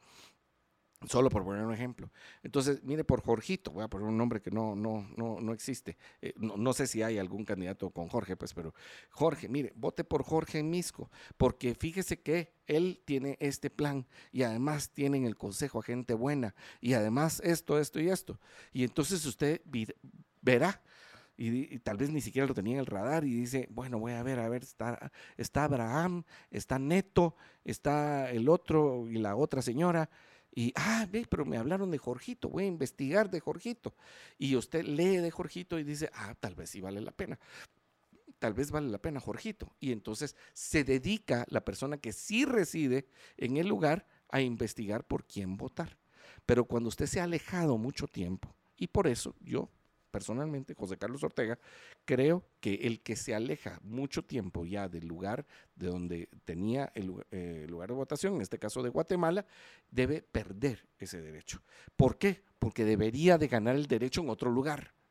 Solo por poner un ejemplo. Entonces, mire, por Jorgito, voy a poner un nombre que no, no, no, no existe. Eh, no, no sé si hay algún candidato con Jorge, pues, pero Jorge, mire, vote por Jorge en Misco, porque fíjese que él tiene este plan y además tiene en el consejo a gente buena y además esto, esto y esto. Y entonces usted verá. Y, y tal vez ni siquiera lo tenía en el radar y dice, bueno, voy a ver, a ver, está, está Abraham, está Neto, está el otro y la otra señora. Y, ah, ve, pero me hablaron de Jorgito, voy a investigar de Jorgito. Y usted lee de Jorgito y dice, ah, tal vez sí vale la pena. Tal vez vale la pena Jorgito. Y entonces se dedica la persona que sí reside en el lugar a investigar por quién votar. Pero cuando usted se ha alejado mucho tiempo, y por eso yo, personalmente, José Carlos Ortega, creo que el que se aleja mucho tiempo ya del lugar de donde tenía el eh, lugar de votación, en este caso de Guatemala, debe perder ese derecho. ¿Por qué? Porque debería de ganar el derecho en otro lugar.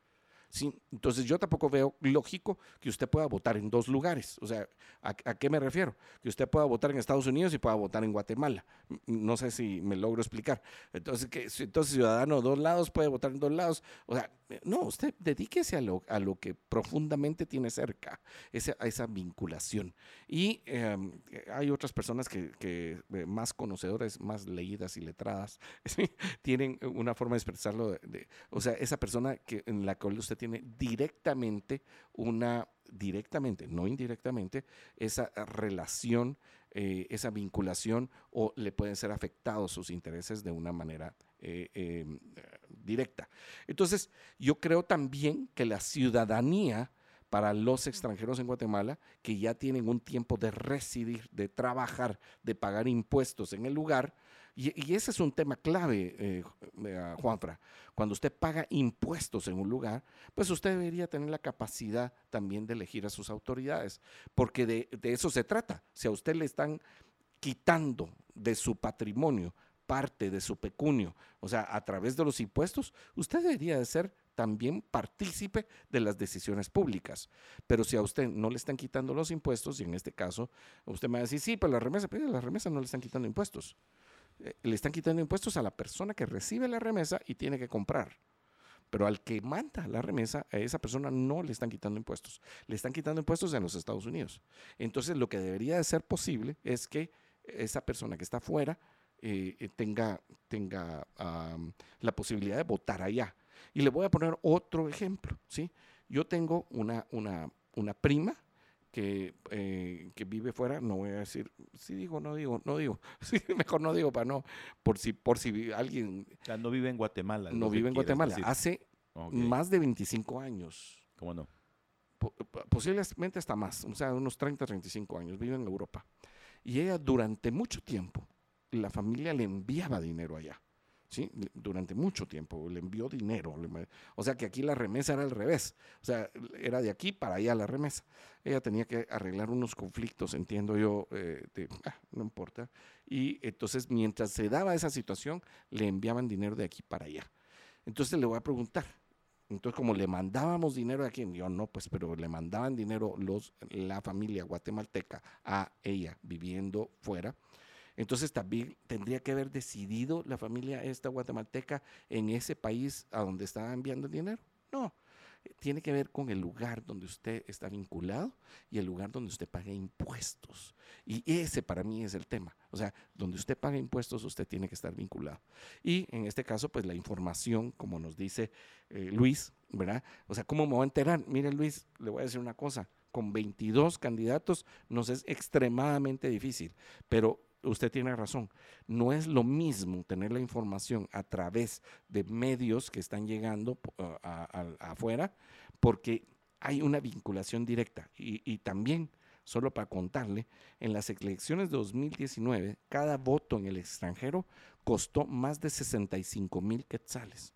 ¿sí? Entonces yo tampoco veo lógico que usted pueda votar en dos lugares. O sea, ¿a, a qué me refiero? Que usted pueda votar en Estados Unidos y pueda votar en Guatemala. No sé si me logro explicar. Entonces, que, entonces ciudadano de dos lados puede votar en dos lados. O sea, no, usted dedíquese a lo, a lo que profundamente tiene cerca, esa, a esa vinculación. Y eh, hay otras personas que, que más conocedoras, más leídas y letradas, ¿sí? Tienen una forma de expresarlo. De, de, o sea, esa persona que, en la cual usted tiene directamente una, directamente, no indirectamente, esa relación, eh, esa vinculación, o le pueden ser afectados sus intereses de una manera eh, eh, directa. Entonces, yo creo también que la ciudadanía para los extranjeros en Guatemala que ya tienen un tiempo de residir, de trabajar, de pagar impuestos en el lugar, y, y ese es un tema clave, eh, eh, Juanfra. Cuando usted paga impuestos en un lugar, pues usted debería tener la capacidad también de elegir a sus autoridades, porque de, de eso se trata. Si a usted le están quitando de su patrimonio parte de su pecunio, o sea, a través de los impuestos, usted debería de ser también partícipe de las decisiones públicas. Pero si a usted no le están quitando los impuestos, y en este caso usted me va a decir, sí, pero la remesa, pero la remesa no le están quitando impuestos. Eh, le están quitando impuestos a la persona que recibe la remesa y tiene que comprar. Pero al que manda la remesa, a esa persona no le están quitando impuestos. Le están quitando impuestos en los Estados Unidos. Entonces, lo que debería de ser posible es que esa persona que está afuera eh, tenga, tenga um, la posibilidad de votar allá. Y le voy a poner otro ejemplo, ¿sí? Yo tengo una, una, una prima que, eh, que vive fuera, no voy a decir, si digo, no digo, no digo, sí, mejor no digo para no, por si, por si alguien... O sea, no vive en Guatemala. No vive en Guatemala, decir. Hace okay. más de veinticinco años. ¿Cómo no? Po posiblemente hasta más, o sea, unos treinta, treinta y cinco años, vive en Europa. Y ella durante mucho tiempo, la familia le enviaba dinero allá. ¿Sí? Durante mucho tiempo le envió dinero, o sea que aquí la remesa era al revés, o sea, era de aquí para allá la remesa. Ella tenía que arreglar unos conflictos, entiendo yo, eh, de, ah, no importa, y entonces mientras se daba esa situación, le enviaban dinero de aquí para allá. Entonces le voy a preguntar, entonces como le mandábamos dinero de aquí, yo no, pues, pero le mandaban dinero los, la familia guatemalteca a ella viviendo fuera. Entonces también tendría que haber decidido la familia esta guatemalteca en ese país a donde estaba enviando el dinero. No, tiene que ver con el lugar donde usted está vinculado y el lugar donde usted paga impuestos. Y ese para mí es el tema. O sea, donde usted paga impuestos, usted tiene que estar vinculado. Y en este caso, pues la información, como nos dice eh, Luis, ¿verdad? O sea, ¿cómo me voy a enterar? Mire, Luis, le voy a decir una cosa. Con veintidós candidatos nos es extremadamente difícil, pero usted tiene razón, no es lo mismo tener la información a través de medios que están llegando uh, a, a, afuera, porque hay una vinculación directa. Y, y también, solo para contarle, en las elecciones de dos mil diecinueve, cada voto en el extranjero costó más de sesenta y cinco mil quetzales,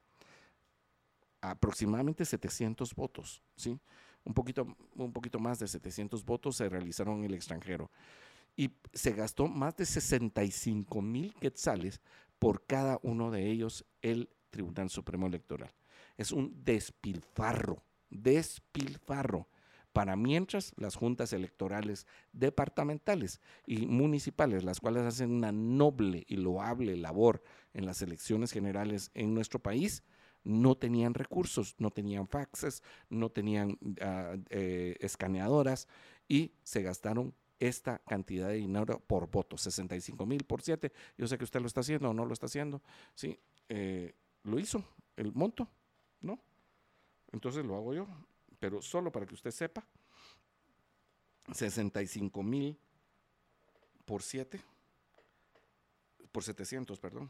aproximadamente setecientos votos, ¿sí? Un poquito, un poquito más de setecientos votos se realizaron en el extranjero. Y se gastó más de sesenta y cinco mil quetzales por cada uno de ellos el Tribunal Supremo Electoral. Es un despilfarro, despilfarro. Para mientras las juntas electorales departamentales y municipales, las cuales hacen una noble y loable labor en las elecciones generales en nuestro país, no tenían recursos, no tenían faxes, no tenían uh, eh, escaneadoras y se gastaron esta cantidad de dinero por voto, sesenta y cinco mil por siete. Yo sé que usted lo está haciendo o no lo está haciendo, sí, eh, lo hizo, el monto, ¿no? Entonces lo hago yo, pero solo para que usted sepa, sesenta y cinco mil por siete, por setecientos, perdón,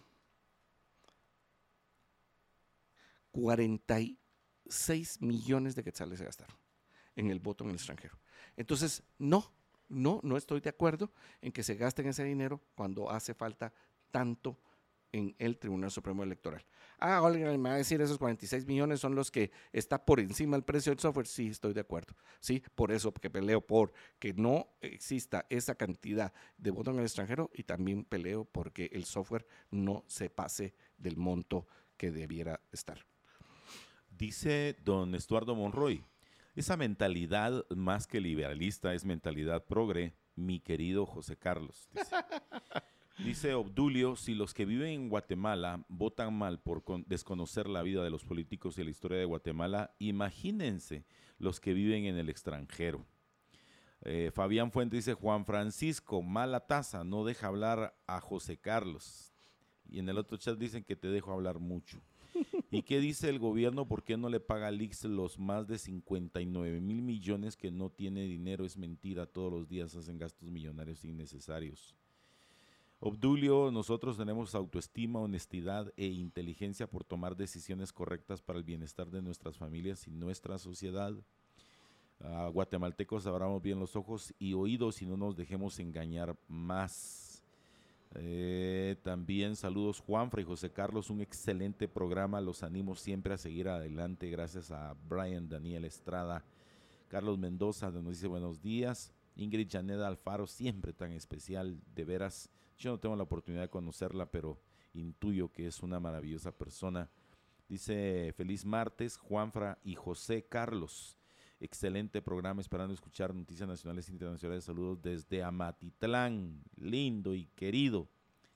cuarenta y seis millones de quetzales se gastaron en el voto en el extranjero. Entonces, no, no, no estoy de acuerdo en que se gasten ese dinero cuando hace falta tanto en el Tribunal Supremo Electoral. Ah, Olga, me va a decir esos cuarenta y seis millones son los que está por encima del precio del software. Sí, estoy de acuerdo. Sí, por eso que peleo por que no exista esa cantidad de voto en el extranjero y también peleo porque el software no se pase del monto que debiera estar. Dice don Estuardo Monroy, esa mentalidad más que liberalista es mentalidad progre, mi querido José Carlos. Dice, dice Obdulio, si los que viven en Guatemala votan mal por con- desconocer la vida de los políticos y la historia de Guatemala, imagínense los que viven en el extranjero. Eh, Fabián Fuentes dice, Juan Francisco, mala taza, no deja hablar a José Carlos. Y en el otro chat dicen que te dejo hablar mucho. ¿Y qué dice el gobierno? ¿Por qué no le paga al I C S los más de cincuenta y nueve mil millones que no tiene dinero? Es mentira, todos los días hacen gastos millonarios innecesarios. Obdulio, nosotros tenemos autoestima, honestidad e inteligencia por tomar decisiones correctas para el bienestar de nuestras familias y nuestra sociedad. Uh, guatemaltecos abramos bien los ojos y oídos y no nos dejemos engañar más. Eh, también saludos Juanfra y José Carlos, un excelente programa, los animo siempre a seguir adelante, gracias a Brian Daniel Estrada. Carlos Mendoza nos dice buenos días. Ingrid Janeda Alfaro, siempre tan especial, de veras, yo no tengo la oportunidad de conocerla, pero intuyo que es una maravillosa persona. Dice feliz martes Juanfra y José Carlos. Excelente programa, esperando escuchar noticias nacionales e internacionales. Saludos desde Amatitlán, lindo y querido.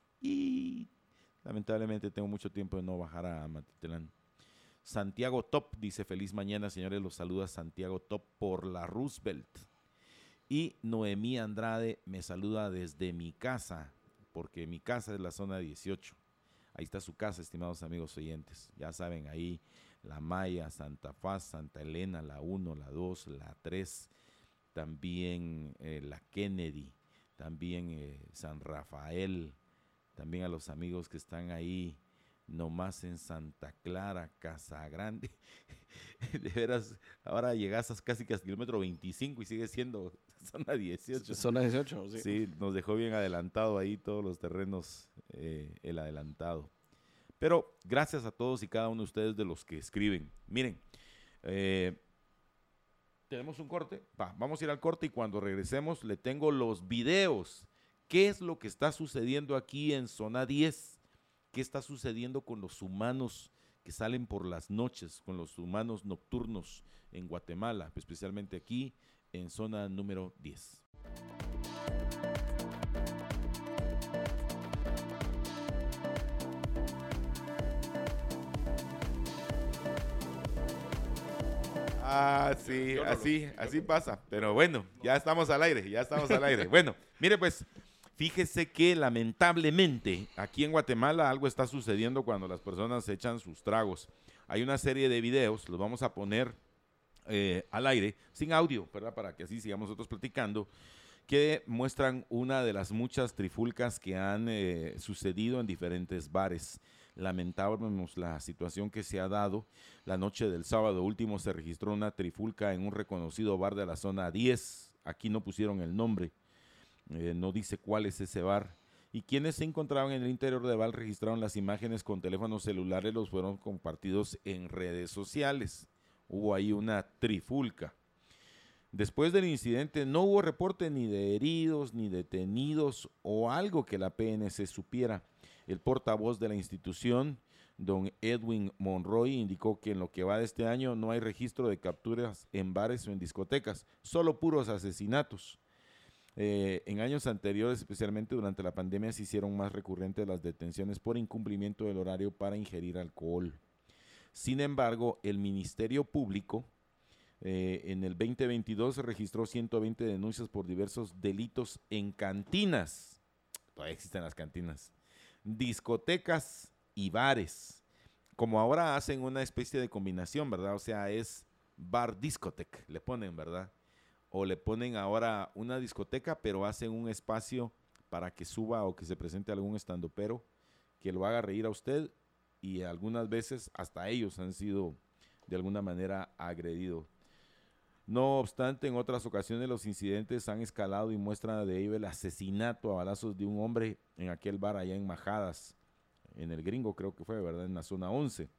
Y lamentablemente tengo mucho tiempo de no bajar a Amatitlán. Santiago Top dice, feliz mañana, señores. Los saluda Santiago Top por la Roosevelt. Y Noemí Andrade me saluda desde mi casa, porque mi casa es la zona dieciocho. Ahí está su casa, estimados amigos oyentes. Ya saben, ahí La Maya, Santa Faz, Santa Elena, la uno, la dos, la tres, también eh, la Kennedy, también eh, San Rafael, también a los amigos que están ahí nomás en Santa Clara, Casa Grande. De veras, ahora llegas a casi que hasta el kilómetro veinticinco y sigue siendo zona dieciocho. Zona dieciocho, sí. Sí, nos dejó bien adelantado ahí todos los terrenos, eh, el adelantado. Pero gracias a todos y cada uno de ustedes de los que escriben. Miren, eh, tenemos un corte. Va, vamos a ir al corte y cuando regresemos le tengo los videos. ¿Qué es lo que está sucediendo aquí en zona diez? ¿Qué está sucediendo con los humanos que salen por las noches, con los humanos nocturnos en Guatemala, especialmente aquí en zona número diez? Ah, sí, yo no así, lo- yo así no. pasa. Pero bueno, ya estamos al aire, ya estamos al aire. Bueno, mire pues, fíjese que lamentablemente aquí en Guatemala algo está sucediendo cuando las personas echan sus tragos. Hay una serie de videos, los vamos a poner eh, al aire, sin audio, ¿verdad? Para que así sigamos nosotros platicando, que muestran una de las muchas trifulcas que han eh, sucedido en diferentes bares. Lamentamos la situación que se ha dado. La noche del sábado último se registró una trifulca en un reconocido bar de la zona diez. Aquí no pusieron el nombre, eh, no dice cuál es ese bar. Y quienes se encontraban en el interior del bar registraron las imágenes con teléfonos celulares, los fueron compartidos en redes sociales. Hubo ahí una trifulca. Después del incidente no hubo reporte ni de heridos, ni detenidos o algo que la P N C supiera. El portavoz de la institución, don Edwin Monroy, indicó que en lo que va de este año no hay registro de capturas en bares o en discotecas, solo puros asesinatos. Eh, en años anteriores, especialmente durante la pandemia, se hicieron más recurrentes las detenciones por incumplimiento del horario para ingerir alcohol. Sin embargo, el Ministerio Público eh, en el veinte veintidós se registró ciento veinte denuncias por diversos delitos en cantinas. Todavía existen las cantinas. Discotecas y bares. Como ahora hacen una especie de combinación, ¿verdad? O sea, es bar discotec, le ponen, ¿verdad? O le ponen ahora una discoteca, pero hacen un espacio para que suba o que se presente algún estandopero que lo haga reír a usted, y algunas veces hasta ellos han sido de alguna manera agredidos. No obstante, en otras ocasiones los incidentes han escalado y muestra de ello el asesinato a balazos de un hombre en aquel bar allá en Majadas, en el Gringo creo que fue, ¿verdad? En la zona once.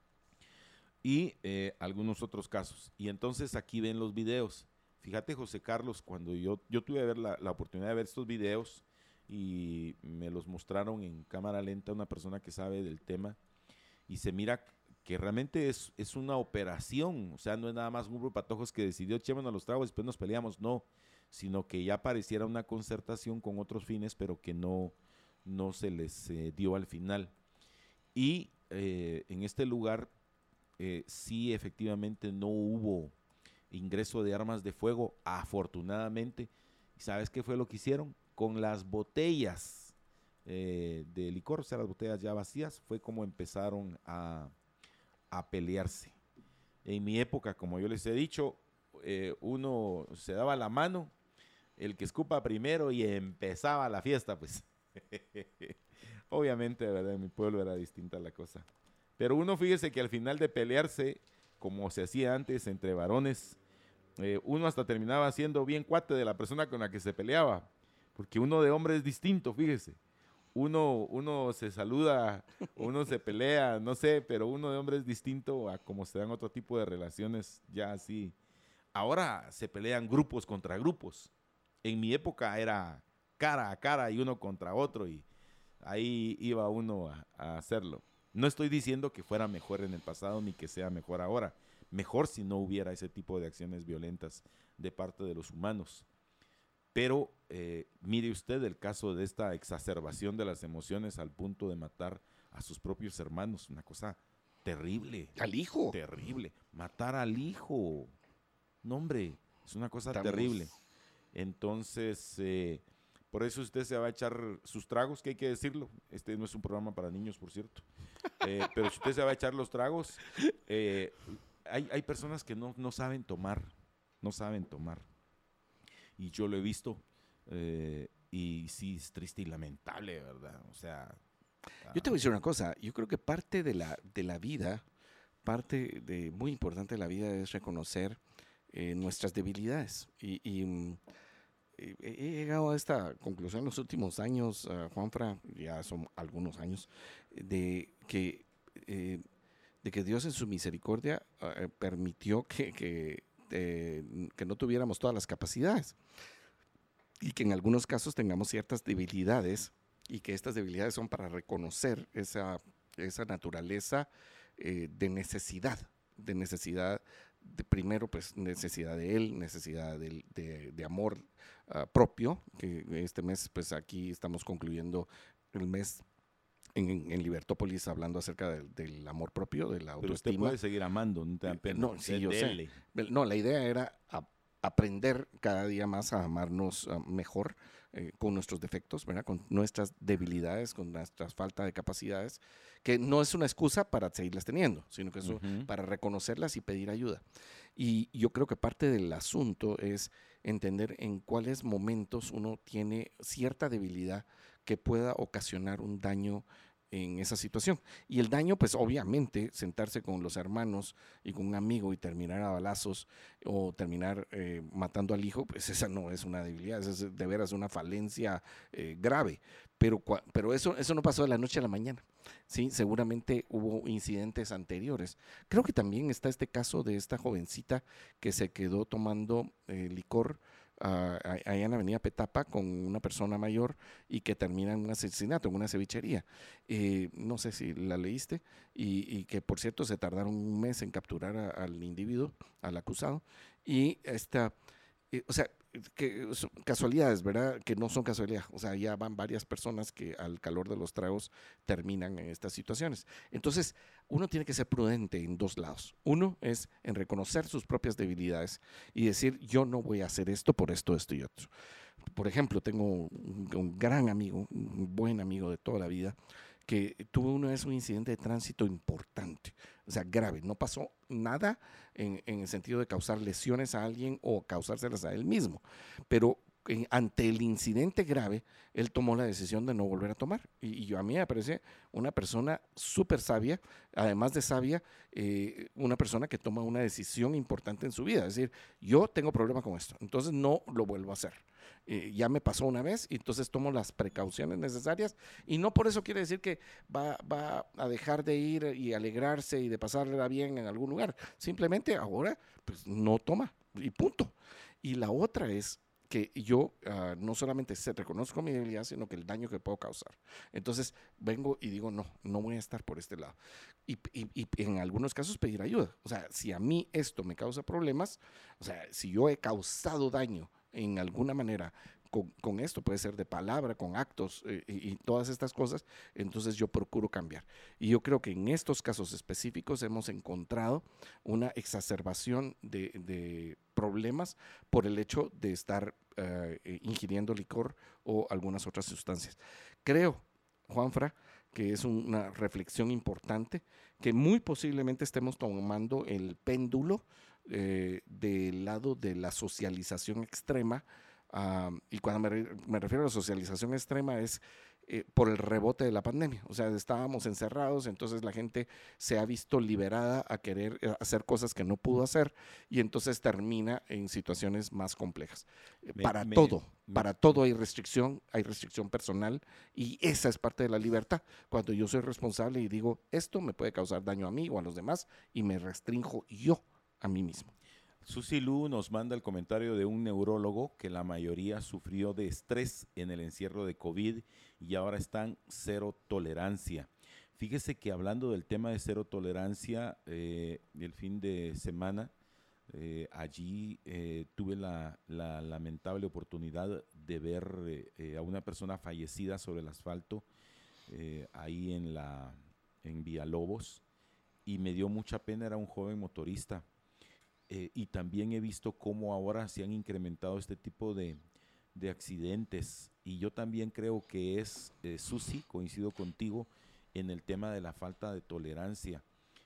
Y eh, algunos otros casos. Y entonces aquí ven los videos. Fíjate, José Carlos, cuando yo, yo tuve ver la, la oportunidad de ver estos videos y me los mostraron en cámara lenta una persona que sabe del tema, y se mira que realmente es, es una operación, o sea, no es nada más un grupo de patojos que decidió echémonos los tragos y después nos peleamos, no, sino que ya pareciera una concertación con otros fines, pero que no, no se les eh, dio al final. Y eh, en este lugar eh, sí efectivamente no hubo ingreso de armas de fuego, afortunadamente. ¿Y sabes qué fue lo que hicieron? Con las botellas eh, de licor, o sea, las botellas ya vacías, fue como empezaron a, a pelearse. En mi época, como yo les he dicho, eh, uno se daba la mano, el que escupa primero y empezaba la fiesta, pues. Obviamente, ¿verdad? En mi pueblo era distinta la cosa. Pero uno, fíjese que al final de pelearse, como se hacía antes entre varones, eh, uno hasta terminaba siendo bien cuate de la persona con la que se peleaba, porque uno de hombre es distinto, fíjese. Uno, uno se saluda, uno se pelea, no sé, pero uno de hombre es distinto a como se dan otro tipo de relaciones ya así. Ahora se pelean grupos contra grupos. En mi época era cara a cara y uno contra otro y ahí iba uno a, a hacerlo. No estoy diciendo que fuera mejor en el pasado ni que sea mejor ahora. Mejor si no hubiera ese tipo de acciones violentas de parte de los humanos. Pero eh, mire usted el caso de esta exacerbación de las emociones al punto de matar a sus propios hermanos. Una cosa terrible. Al hijo. Terrible. Matar al hijo. No, hombre, es una cosa Estamos... terrible. Entonces, eh, por eso usted se va a echar sus tragos, que hay que decirlo. Este no es un programa para niños, por cierto. Eh, pero si usted se va a echar los tragos, eh, hay, hay personas que no, no saben tomar, no saben tomar. Y yo lo he visto, eh, y sí, es triste y lamentable, ¿verdad? O sea... Yo te voy a decir una cosa, yo creo que parte de la, de la vida, parte de muy importante de la vida es reconocer eh, nuestras debilidades. Y, y mm, he llegado a esta conclusión en los últimos años, uh, Juanfra, ya son algunos años, de que, eh, de que Dios en su misericordia uh, permitió que, que, eh, que no tuviéramos todas las capacidades y que en algunos casos tengamos ciertas debilidades y que estas debilidades son para reconocer esa, esa naturaleza eh, de necesidad, de necesidad de primero, pues necesidad de él, necesidad de, de, de amor uh, propio, que este mes, pues aquí estamos concluyendo el mes en, en Libertópolis hablando acerca del, del amor propio, de la autoestima. Pero usted puede seguir amando, no te da pena. No, sí, yo sé. No, la idea era a, aprender cada día más a amarnos uh, mejor, eh, con nuestros defectos, ¿verdad? Con nuestras debilidades, con nuestras falta de capacidades, que no es una excusa para seguirlas teniendo, sino que es uh-huh. para reconocerlas y pedir ayuda. Y yo creo que parte del asunto es entender en cuáles momentos uno tiene cierta debilidad que pueda ocasionar un daño en esa situación. Y el daño, pues obviamente, sentarse con los hermanos y con un amigo y terminar a balazos o terminar eh, matando al hijo, pues esa no es una debilidad, esa es de veras una falencia eh, grave. Pero, pero eso, eso no pasó de la noche a la mañana, ¿sí? Seguramente hubo incidentes anteriores. Creo que también está este caso de esta jovencita que se quedó tomando eh, licor Uh, allá en la avenida Petapa con una persona mayor y que termina en un asesinato, en una cevichería. Eh, no sé si la leíste y, y que por cierto se tardaron un mes en capturar a, al individuo, al acusado. Y esta, eh, o sea, que son casualidades, ¿verdad? Que no son casualidad. O sea, ya van varias personas que al calor de los tragos terminan en estas situaciones. Entonces, uno tiene que ser prudente en dos lados. Uno es en reconocer sus propias debilidades y decir, yo no voy a hacer esto por esto, esto y otro. Por ejemplo, tengo un, un gran amigo, un buen amigo de toda la vida, que tuvo una vez un incidente de tránsito importante, o sea, grave. No pasó nada en, en el sentido de causar lesiones a alguien o causárselas a él mismo, pero en, ante el incidente grave, él tomó la decisión de no volver a tomar. Y, y yo, a mí me parece una persona súper sabia, además de sabia, eh, una persona que toma una decisión importante en su vida. Es decir, yo tengo problema con esto, entonces no lo vuelvo a hacer. Eh, ya me pasó una vez y entonces tomo las precauciones necesarias y no por eso quiere decir que va, va a dejar de ir y alegrarse y de pasarla bien en algún lugar. Simplemente ahora pues no toma y punto. Y la otra es que yo uh, no solamente se reconozco mi debilidad, sino que el daño que puedo causar. Entonces vengo y digo, no, no voy a estar por este lado. Y, y, y en algunos casos pedir ayuda. O sea, si a mí esto me causa problemas, o sea, si yo he causado daño en alguna manera con, con esto, puede ser de palabra, con actos eh, y, y todas estas cosas, entonces yo procuro cambiar. Y yo creo que en estos casos específicos hemos encontrado una exacerbación de, de problemas por el hecho de estar uh, ingiriendo licor o algunas otras sustancias. Creo, Juanfra, que es una reflexión importante, que muy posiblemente estemos tomando el péndulo eh, del lado de la socialización extrema. Um, y cuando me, re, me refiero a la socialización extrema es eh, por el rebote de la pandemia. O sea, estábamos encerrados, entonces la gente se ha visto liberada a querer hacer cosas que no pudo hacer y entonces termina en situaciones más complejas. Me, para me, todo, me, para todo hay restricción, hay restricción personal y esa es parte de la libertad. Cuando yo soy responsable y digo, esto me puede causar daño a mí o a los demás y me restrinjo yo a mí mismo. Susi Lu nos manda el comentario de un neurólogo que la mayoría sufrió de estrés en el encierro de COVID y ahora están cero tolerancia. Fíjese que hablando del tema de cero tolerancia, eh, el fin de semana, eh, allí eh, tuve la, la lamentable oportunidad de ver eh, a una persona fallecida sobre el asfalto, eh, ahí en, la, en Villalobos, y me dio mucha pena, era un joven motorista. Eh, y también he visto cómo ahora se han incrementado este tipo de, de accidentes y yo también creo que es, eh, Susi, coincido contigo en el tema de la falta de tolerancia.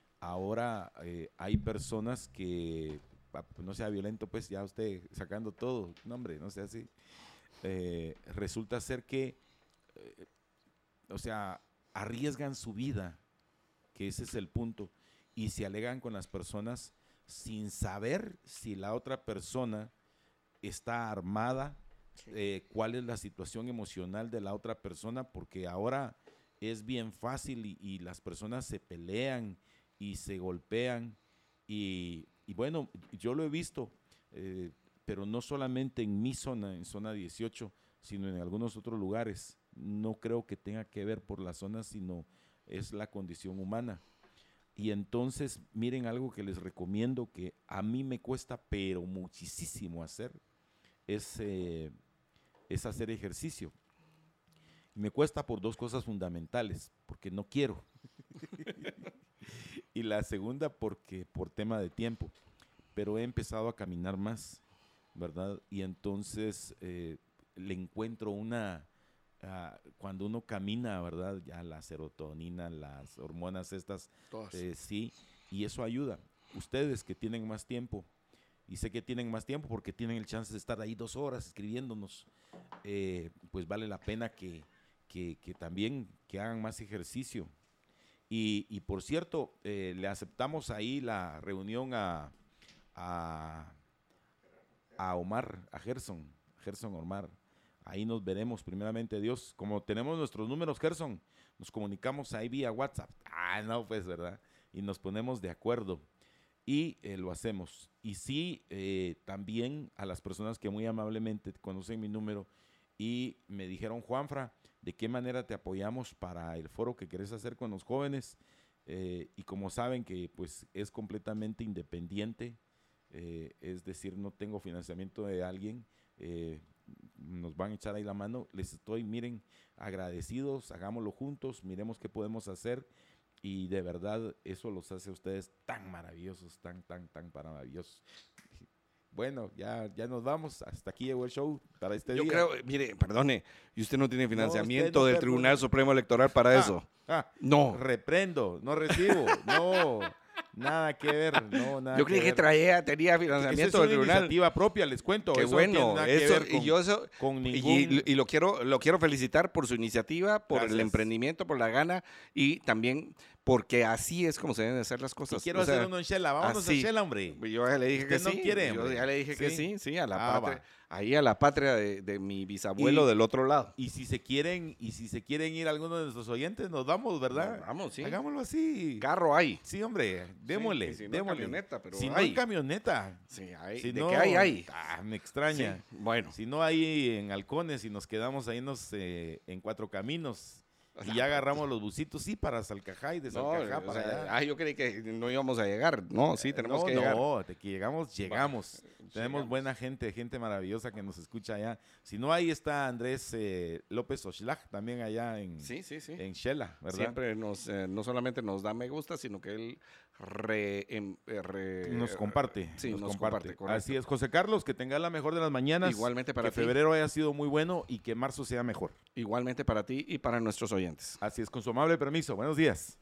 Ahora eh, hay personas que, no sea violento, pues ya usted sacando todo, no hombre, no sea así. Eh, resulta ser que, eh, o sea, arriesgan su vida, que ese es el punto, y se alegan con las personas sin saber si la otra persona está armada, sí. eh, cuál es la situación emocional de la otra persona, porque ahora es bien fácil y, y las personas se pelean y se golpean y, y bueno, yo lo he visto, eh, pero no solamente en mi zona, en zona dieciocho, sino en algunos otros lugares. No creo que tenga que ver por la zona, sino es la condición humana. Y entonces, miren algo que les recomiendo que a mí me cuesta, pero muchísimo hacer, es, eh, es hacer ejercicio. Me cuesta por dos cosas fundamentales, porque no quiero. Y la segunda, porque por tema de tiempo. Pero he empezado a caminar más, ¿verdad? Y entonces eh, le encuentro una... Uh, cuando uno camina, ¿verdad? Ya la serotonina, las hormonas estas, eh, sí, y eso ayuda. Ustedes que tienen más tiempo, y sé que tienen más tiempo porque tienen el chance de estar ahí dos horas escribiéndonos, eh, pues vale la pena que, que, que también que hagan más ejercicio. Y, y por cierto, eh, le aceptamos ahí la reunión a, a, a Omar, a Gerson, Gerson Omar. Ahí nos veremos, primeramente Dios. Como tenemos nuestros números, Gerson, nos comunicamos ahí vía WhatsApp. Ah, no, pues, ¿verdad? Y nos ponemos de acuerdo y eh, lo hacemos. Y sí, eh, también a las personas que muy amablemente conocen mi número y me dijeron, Juanfra, ¿de qué manera te apoyamos para el foro que querés hacer con los jóvenes? Eh, y como saben que pues es completamente independiente, eh, es decir, no tengo financiamiento de alguien, eh, nos van a echar ahí la mano, les estoy, miren, agradecidos, hagámoslo juntos, miremos qué podemos hacer y de verdad eso los hace a ustedes tan maravillosos, tan, tan, tan maravillosos. Bueno, ya, ya nos vamos, hasta aquí llegó el show para este Yo día. Yo creo, mire, perdone, y usted no tiene financiamiento no, no del perdone. Tribunal Supremo Electoral para ah, eso. Ah, no. Reprendo, no recibo, no. Nada que ver, no, nada Yo creí que, que traía, tenía financiamiento del tribunal. Es una iniciativa propia, les cuento. Qué eso bueno, no tiene nada eso, que ver con, y yo eso, con ningún... y, y lo quiero, lo quiero felicitar por su iniciativa, por Gracias. el emprendimiento, por la gana y también porque así es como se deben hacer las cosas. Y quiero o sea, hacer uno en Shela, vámonos así. a Shela, hombre. Yo ya le dije que Usted sí. no quiere, yo hombre. ya le dije que ¿Sí? sí, sí, a la Ah, patria. va. Ahí a la patria de, de mi bisabuelo Y- del otro lado. Y si se quieren, y si se quieren ir algunos de nuestros oyentes, nos vamos, ¿verdad? Nos vamos, sí. Hagámoslo así. Carro hay. Sí, hombre, démosle, y si no, démosle. camioneta, pero si no hay. hay camioneta. Sí, hay. Si ¿De no, qué hay? Hay. Ah, me extraña. Sí, bueno. Si no hay en Halcones y nos quedamos ahí nos, eh, en Cuatro Caminos O y sea, ya agarramos los busitos, sí, para Salcajá y de No, Salcajá o para sea, allá. ah, yo creí que no íbamos a llegar. No, sí, tenemos no, que llegar. No, de que llegamos, llegamos. Tenemos llegamos. buena gente, gente maravillosa que nos escucha allá. Si no, ahí está Andrés eh, López Oxlack, también allá en, Sí, sí, sí. en Shela, ¿verdad? Siempre nos, eh, no solamente nos da me gusta, sino que él re, em, eh, re- Nos comparte. Sí, nos, nos comparte. comparte, correcto. Así es, José Carlos, que tenga la mejor de las mañanas. Igualmente para que ti. febrero haya sido muy bueno y que marzo sea mejor. Igualmente para ti y para nuestros oyentes. Así es, con su amable permiso. Buenos días.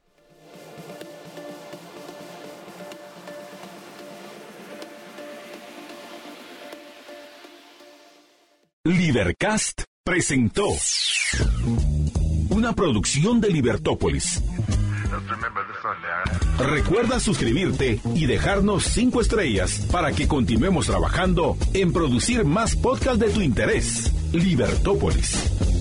Libercast presentó una producción de Libertópolis. Recuerda suscribirte y dejarnos cinco estrellas para que continuemos trabajando en producir más podcasts de tu interés. Libertópolis.